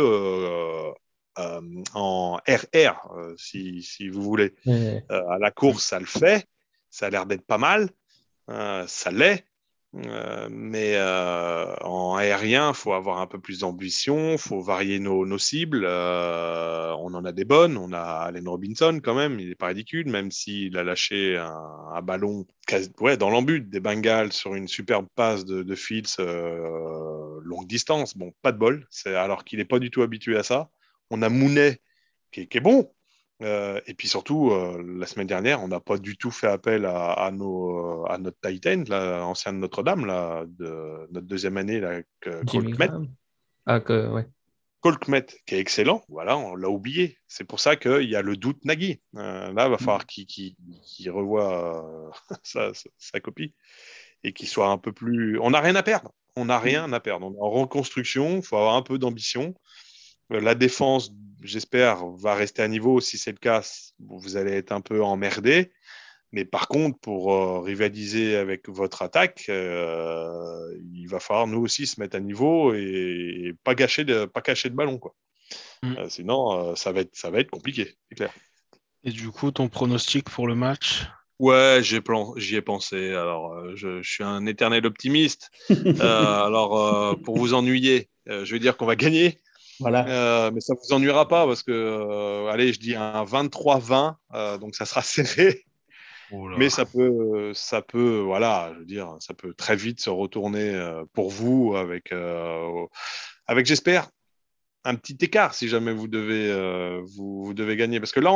en RR, si vous voulez. Mais, À la course, ça le fait, ça a l'air d'être pas mal, ça l'est. Mais en aérien, il faut avoir un peu plus d'ambition, il faut varier nos cibles. On en a des bonnes. On a Allen Robinson quand même, il n'est pas ridicule, même s'il a lâché un ballon dans l'embut des Bengals sur une superbe passe de Fields longue distance. Bon, pas de bol, alors qu'il n'est pas du tout habitué à ça. On a Mounet qui est bon. Et puis surtout, la semaine dernière, on n'a pas du tout fait appel à notre Titan, là, ancien de Notre-Dame, là, de notre deuxième année, là, Cole Jimmy Kmet. Graham. Ouais. Cole Kmet, qui est excellent, voilà, on l'a oublié. C'est pour ça qu'il y a le doute Nagy. Là, il va falloir qu'il revoie sa copie et qu'il soit un peu plus. On n'a rien à perdre. On n'a rien à perdre. On est en reconstruction, il faut avoir un peu d'ambition. La défense, j'espère, va rester à niveau. Si c'est le cas, vous allez être un peu emmerdé. Mais par contre, pour rivaliser avec votre attaque, il va falloir nous aussi se mettre à niveau et pas cacher de ballon, quoi. Sinon, ça va être compliqué, c'est clair. Et du coup, ton pronostic pour le match? Ouais, j'y ai pensé. Alors, je suis un éternel optimiste. Alors, pour vous ennuyer, je vais dire qu'on va gagner. Voilà. Mais ça vous ennuiera pas parce que, allez, je dis un 23-20, donc ça sera serré. Oh là. Mais ça peut, voilà, je veux dire, ça peut très vite se retourner pour vous avec, j'espère, un petit écart si jamais vous vous devez gagner. Parce que là,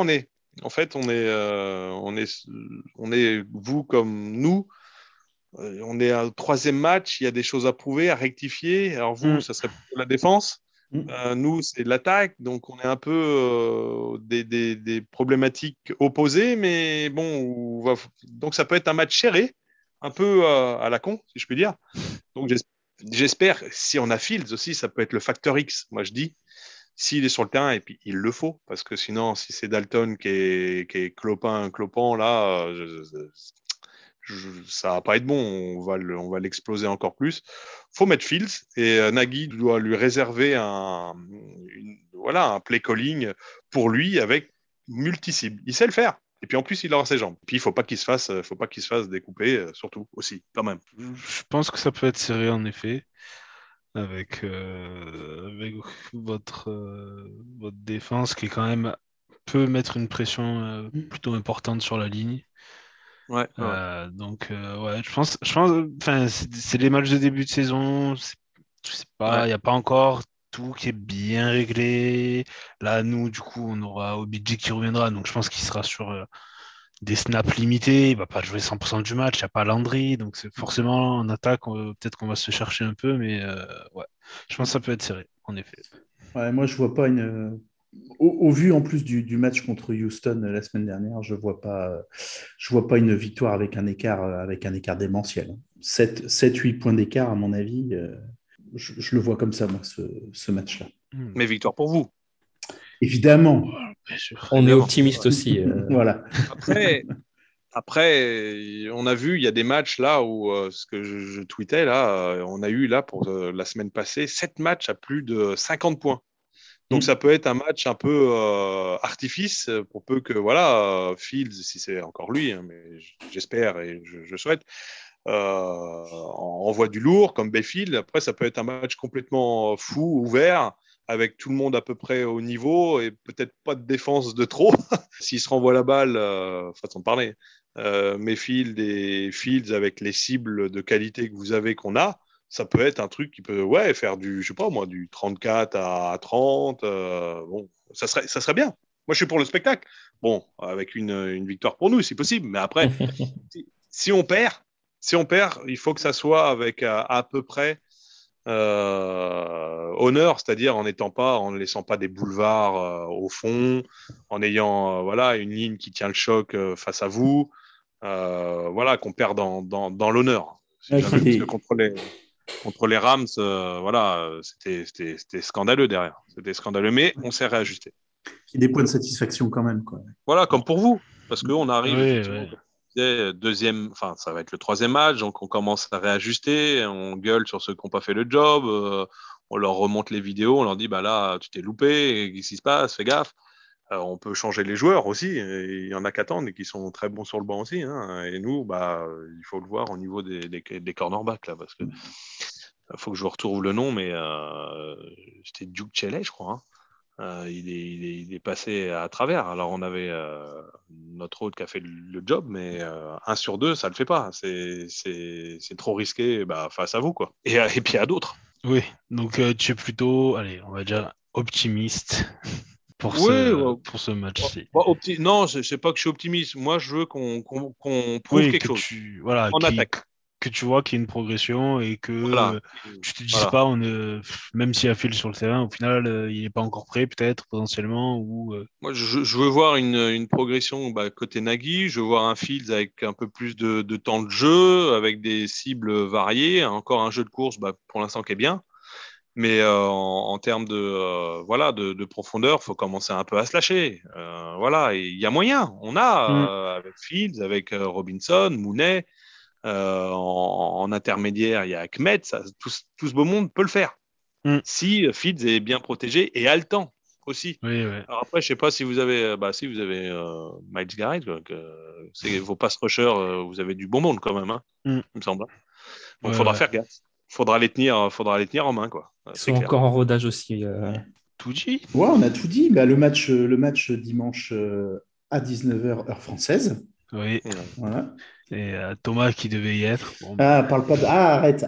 on est vous comme nous. On est à troisième match, il y a des choses à prouver, à rectifier. Alors vous, ça serait plutôt la défense. Nous, c'est l'attaque, donc on est un peu des problématiques opposées, mais bon, donc ça peut être un match serré, un peu à la con, si je puis dire. Donc j'espère, si on a Fields aussi, ça peut être le facteur X, moi je dis, s'il est sur le terrain, et puis il le faut, parce que sinon, si c'est Dalton qui est clopant, là, ça va pas être bon. On va l'exploser encore plus. Faut mettre Fields et Nagy doit lui réserver un play calling pour lui avec multi-cibles. Il sait le faire. Et puis en plus, il aura ses jambes. Puis il faut pas qu'il se fasse découper, surtout aussi, quand même. Je pense que ça peut être serré en effet, avec votre défense qui quand même peut mettre une pression plutôt importante sur la ligne. Ouais. Donc ouais, enfin c'est les matchs de début de saison, je sais pas, il n'y a pas encore tout qui est bien réglé. Là, nous, du coup, on aura OBJ qui reviendra, donc je pense qu'il sera sur des snaps limités, il va pas jouer 100% du match, il n'y a pas Landry, donc c'est forcément en attaque, peut-être qu'on va se chercher un peu, mais ouais, je pense que ça peut être serré, en effet. Ouais, moi, je vois pas au vu en plus du match contre Houston la semaine dernière, je vois pas une victoire avec un écart démentiel. 7-8 points d'écart, à mon avis, je le vois comme ça, moi, ce match-là. Mais victoire pour vous. Évidemment. Bien sûr. On est optimiste aussi. Voilà. Après, on a vu, il y a des matchs là où, ce que je tweetais là, on a eu là pour la semaine passée 7 matchs à plus de 50 points. Donc ça peut être un match un peu artifice pour peu que voilà Fields, si c'est encore lui, hein, mais j'espère et je souhaite, envoie du lourd comme Bayfield. Après ça peut être un match complètement fou, ouvert, avec tout le monde à peu près au niveau et peut-être pas de défense de trop. S'il se renvoie la balle, façon de parler, Mayfield et Fields avec les cibles de qualité que vous avez qu'on a. Ça peut être un truc qui peut faire du, je sais pas moi, du 34 à 30. Bon, ça serait bien. Moi, je suis pour le spectacle. Bon, avec une victoire pour nous, si possible. Mais après, si on perd, il faut que ça soit avec à peu près honneur, c'est-à-dire en ne laissant pas des boulevards au fond, en ayant voilà une ligne qui tient le choc face à vous. Voilà, qu'on perd dans l'honneur. Si jamais, parce que contre les Rams, voilà, c'était scandaleux derrière. C'était scandaleux, mais on s'est réajusté. Il y a des points de satisfaction quand même, quoi. Voilà, comme pour vous, parce qu'on arrive effectivement. Deuxième, enfin, ça va être le troisième match, donc on commence à réajuster, on gueule sur ceux qui n'ont pas fait le job, on leur remonte les vidéos, on leur dit, bah là, tu t'es loupé, qu'est-ce qui se passe, fais gaffe. On peut changer les joueurs aussi, et il y en a qui attendent et qui sont très bons sur le banc aussi, hein. Et nous, bah, il faut le voir au niveau des cornerbacks, là, parce que faut que je vous retrouve le nom, mais c'était Duke Shelley, je crois, hein. Il est passé à travers. Alors, on avait notre autre qui a fait le job, mais 1 sur 2, ça ne le fait pas. C'est trop risqué face à vous, quoi. Et puis à d'autres. Oui, donc tu es plutôt, allez, on va dire optimiste pour ce match-ci. Non, c'est pas que je suis optimiste. Moi, je veux qu'on prouve Oui, quelque chose. Voilà, en attaque. Que tu vois qu'il y a une progression et que Voilà. tu te dises pas, même s'il y a Phil sur le terrain, au final, il n'est pas encore prêt, peut-être, potentiellement. Moi, je veux voir une progression côté Nagy. Je veux voir un Fields avec un peu plus de temps de jeu, avec des cibles variées. Encore un jeu de course, pour l'instant, qui est bien. Mais en termes de profondeur, il faut commencer un peu à se lâcher. Voilà, il y a moyen. On a avec Fields, avec Robinson, Mooney. En intermédiaire, il y a Ahmed. Tout ce beau monde peut le faire. Si Fields est bien protégé et a le temps aussi. Oui, ouais. Alors après, je sais pas si vous avez, Myles Garrett, c'est vos pass rushers, vous avez du bon monde quand même, hein, il me semble. Donc, faudra faire gaffe. Faudra les tenir en main, quoi. Ils sont encore en rodage aussi. Tout dit. Ouais, on a tout dit. Le match dimanche à 19h heure française. Oui. Voilà. Et Thomas qui devait y être. Bon, parle pas de. Arrête.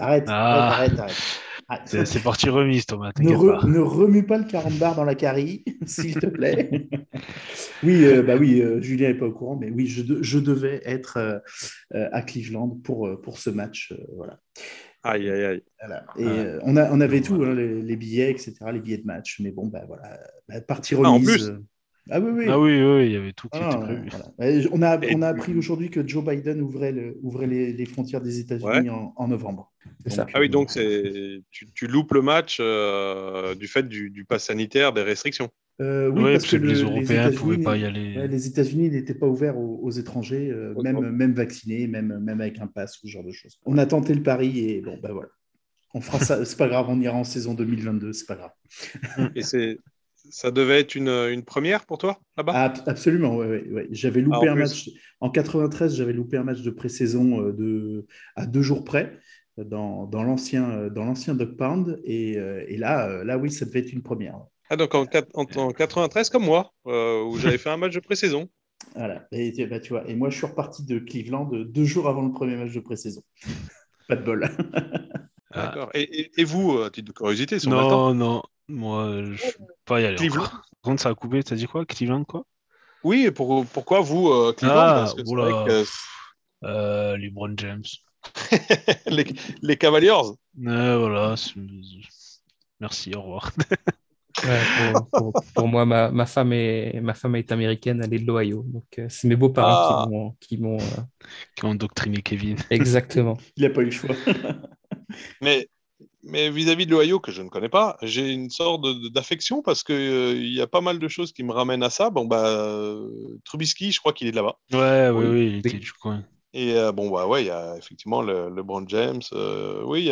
C'est parti remise, Thomas. Ne remue pas le carambar dans la carie, s'il te plaît. Oui, Julien n'est pas au courant, mais oui, je devais être à Cleveland pour ce match. Voilà. Aïe. Voilà. Et on avait tout, hein, les billets, etc., les billets de match. Mais bon, voilà, partie remise. En plus. Ah oui. Ah oui, il y avait tout qui était prévu. Voilà. On a appris aujourd'hui que Joe Biden ouvrait les frontières des États-Unis en novembre. C'est ça. Ah oui, donc tu loupes le match du fait du pass sanitaire, des restrictions. Oui, parce que les Européens ne pouvaient pas y aller. Les États-Unis n'étaient pas ouverts aux étrangers, même vaccinés, même avec un pass, ce genre de choses. On a tenté le pari et bon, voilà. On fera ça, c'est pas grave, on ira en saison 2022, c'est pas grave. Et ça devait être une première pour toi là-bas? Absolument, ouais. J'avais loupé un match en 93, j'avais loupé un match de pré-saison à 2 jours près dans l'ancien Dog Pound et là, oui, ça devait être une première. Ah, donc en 93 comme moi, où j'avais fait un match de pré-saison. Voilà, et tu vois, et moi je suis reparti de Cleveland 2 jours avant le premier match de pré-saison. Pas de bol. D'accord. Et vous, à titre de curiosité, si on a le Non, temps? non, moi je ne suis pas y aller. Cleveland. Par contre, ça a coupé, t'as dit quoi? Cleveland, quoi? Oui, et pourquoi vous, Cleveland? Parce que c'est vrai que LeBron James. les Cavaliers. Voilà. Merci, au revoir. Ouais, pour moi, ma femme est américaine, elle est de l'Ohio. Donc, c'est mes beaux-parents qui m'ont Qui ont endoctriné Kevin. exactement. Il n'a pas eu le choix. Mais vis-à-vis de l'Ohio, que je ne connais pas, j'ai une sorte d'affection parce qu'il y a pas mal de choses qui me ramènent à ça. Bon, Trubisky, je crois qu'il est de là-bas. Ouais, Oui. oui, il était du coin. Et ouais, il y a effectivement le LeBron James. Oui,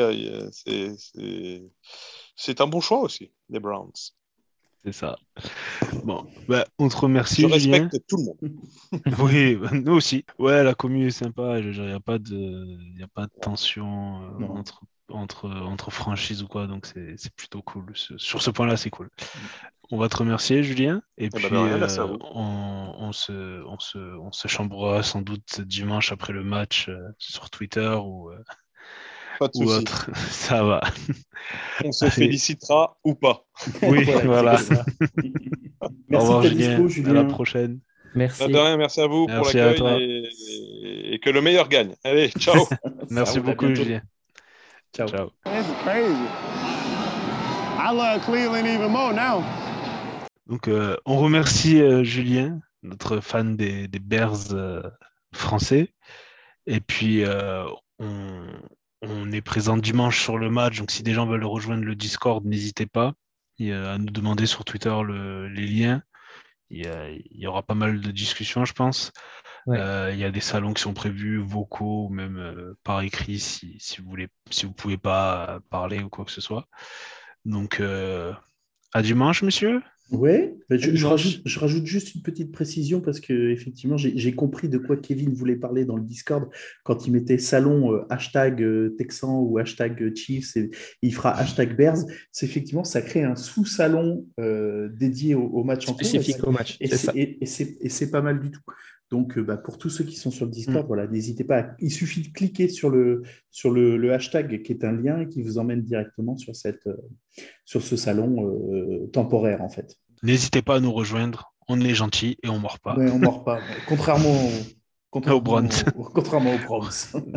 c'est un bon choix aussi, les Browns. C'est ça. Bon, on te remercie, Je Julien. respecte tout le monde. Oui, nous aussi. Ouais, la commu est sympa. Il n'y a pas de tension Non. entre franchises ou quoi. Donc, c'est plutôt cool. Sur ce point-là, c'est cool. On va te remercier, Julien. Et puis, de rien, merci à vous. on se chambrera sans doute dimanche après le match sur Twitter ou Pas de ou souci. autre. Ça va. On se Allez. félicitera ou pas. Oui, voilà. c'est ça. Au Merci revoir, de ta Julien. dispo, À la Julien. prochaine. Merci. De rien, merci à vous Merci pour à toi. l'accueil et que le meilleur gagne. Allez, ciao. Merci Ça roule, à beaucoup, bientôt. Julien. Ciao. Ciao. This is crazy. I love Cleveland even more now. Donc, on remercie Julien, notre fan des Bears français. Et puis, on est présent dimanche sur le match. Donc, si des gens veulent rejoindre le Discord, n'hésitez pas à nous demander sur Twitter les liens. Il y aura pas mal de discussions, je pense. Ouais. Il y a des salons qui sont prévus, vocaux, ou même par écrit, si vous pouvez pas parler ou quoi que ce soit. Donc, à dimanche, monsieur. Ouais, je Dimanche. rajoute juste une petite précision parce que effectivement j'ai compris de quoi Kevin voulait parler dans le Discord quand il mettait salon hashtag Texan ou hashtag Chiefs et il fera hashtag Bears. C'est effectivement, ça crée un sous-salon dédié au match en cours. Spécifique au match. Et C'est ça. c'est pas mal du tout. Donc, pour tous ceux qui sont sur le Discord, voilà, n'hésitez pas. Il suffit de cliquer sur le hashtag qui est un lien et qui vous emmène directement sur ce salon temporaire, en fait. N'hésitez pas à nous rejoindre. On est gentils et on mord pas. Ouais, on ne mord pas. Contrairement Aux Browns. Contrairement aux Browns.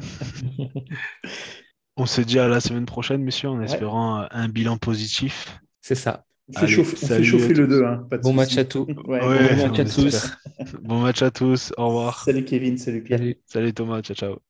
On se dit à la semaine prochaine, monsieur, en espérant un bilan positif. C'est ça. On fait chauffer le 2. Hein, pas de Bon souci. match à tous. Ouais, Ouais, Bon match à on tous. espère. Bon match à tous. Au revoir. Salut Kevin, salut Pierre. Salut. Salut Thomas. Ciao, ciao.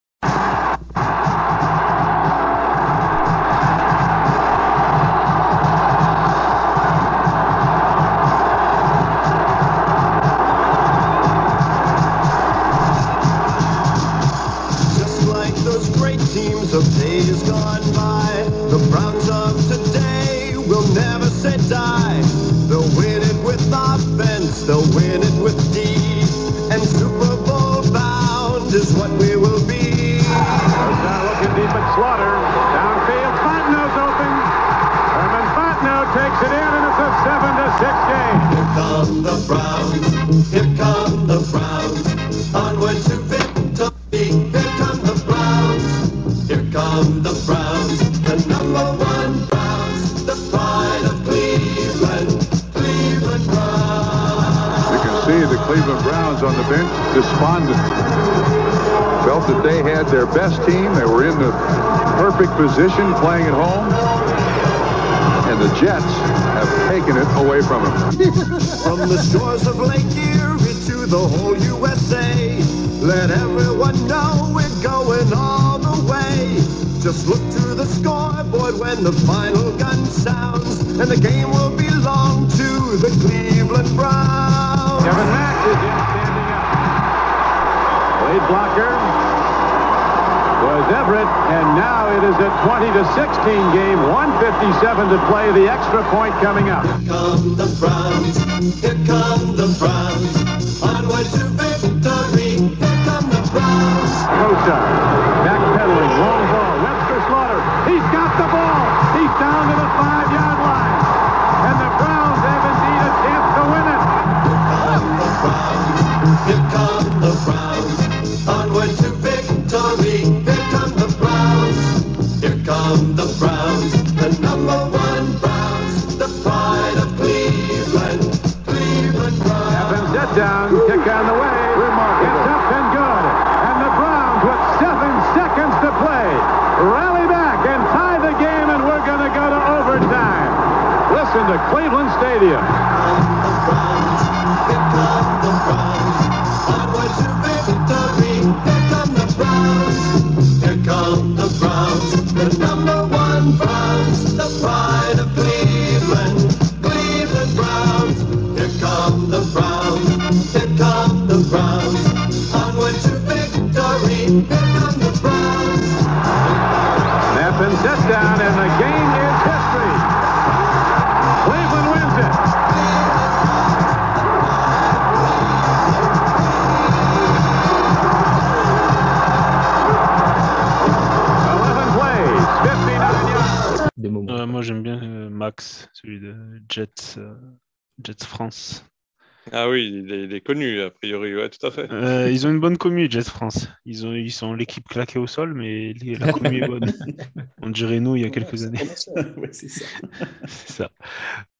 Just like those great teams of days gone by, the Browns of today will never say die. They'll win it with offense, they'll win it with D, and Super Bowl bound is what we will be. Now looking deep at Slaughter. Downfield, Fontenot's open. Herman Fontenot takes it in, and it's a 7-6 game. Here come the Browns, here come the Browns, onward to victory. Here come the Browns, here come the Browns, the #1 Browns, the pride of Cleveland, Cleveland Browns. You can see the Cleveland Browns on the bench despondent. Felt that they had their best team. They were in the perfect position playing at home. And the Jets have taken it away from them. From the shores of Lake Erie to the whole USA, let everyone know we're going all the way. Just look to the scoreboard when the final gun sounds, and the game will belong to the Cleveland Browns. Kevin Mack is in standing up. Lead blocker was Everett, and now it is a 20-16 game. 1:57 to play. The extra point coming up. Here come the Browns, here come the Browns, onward to victory. Here come the Browns. Kosa backpedaling, long ball. Webster Slaughter. He's got the ball. He's down to the 5-yard line, and the Browns have indeed a chance to win it. Here come the Browns, onward to victory. Here come the Browns, here come the Browns, the #1 Browns, the pride of Cleveland, Cleveland Browns. Evans set down, kick on the way. It's up and good. And the Browns with 7 seconds to play rally back and tie the game, and we're going to go to overtime. Listen. into Cleveland Stadium. Here come the Browns, the number one Browns, the pride of Cleveland, Cleveland Browns. Here come the Browns, here come the Browns, onward to victory. Here come the Browns. Snap and set down, and the game is history. Cleveland wins it. Des moments. Moi, j'aime bien Max, celui de Jets, Jets France. Ah oui, il est connu, a priori, ouais, tout à fait. Ils ont une bonne commu, Jets France. Ils sont l'équipe claquée au sol, mais la commu est bonne. On dirait nous il y a quelques années. Ouais, c'est ça. C'est ça.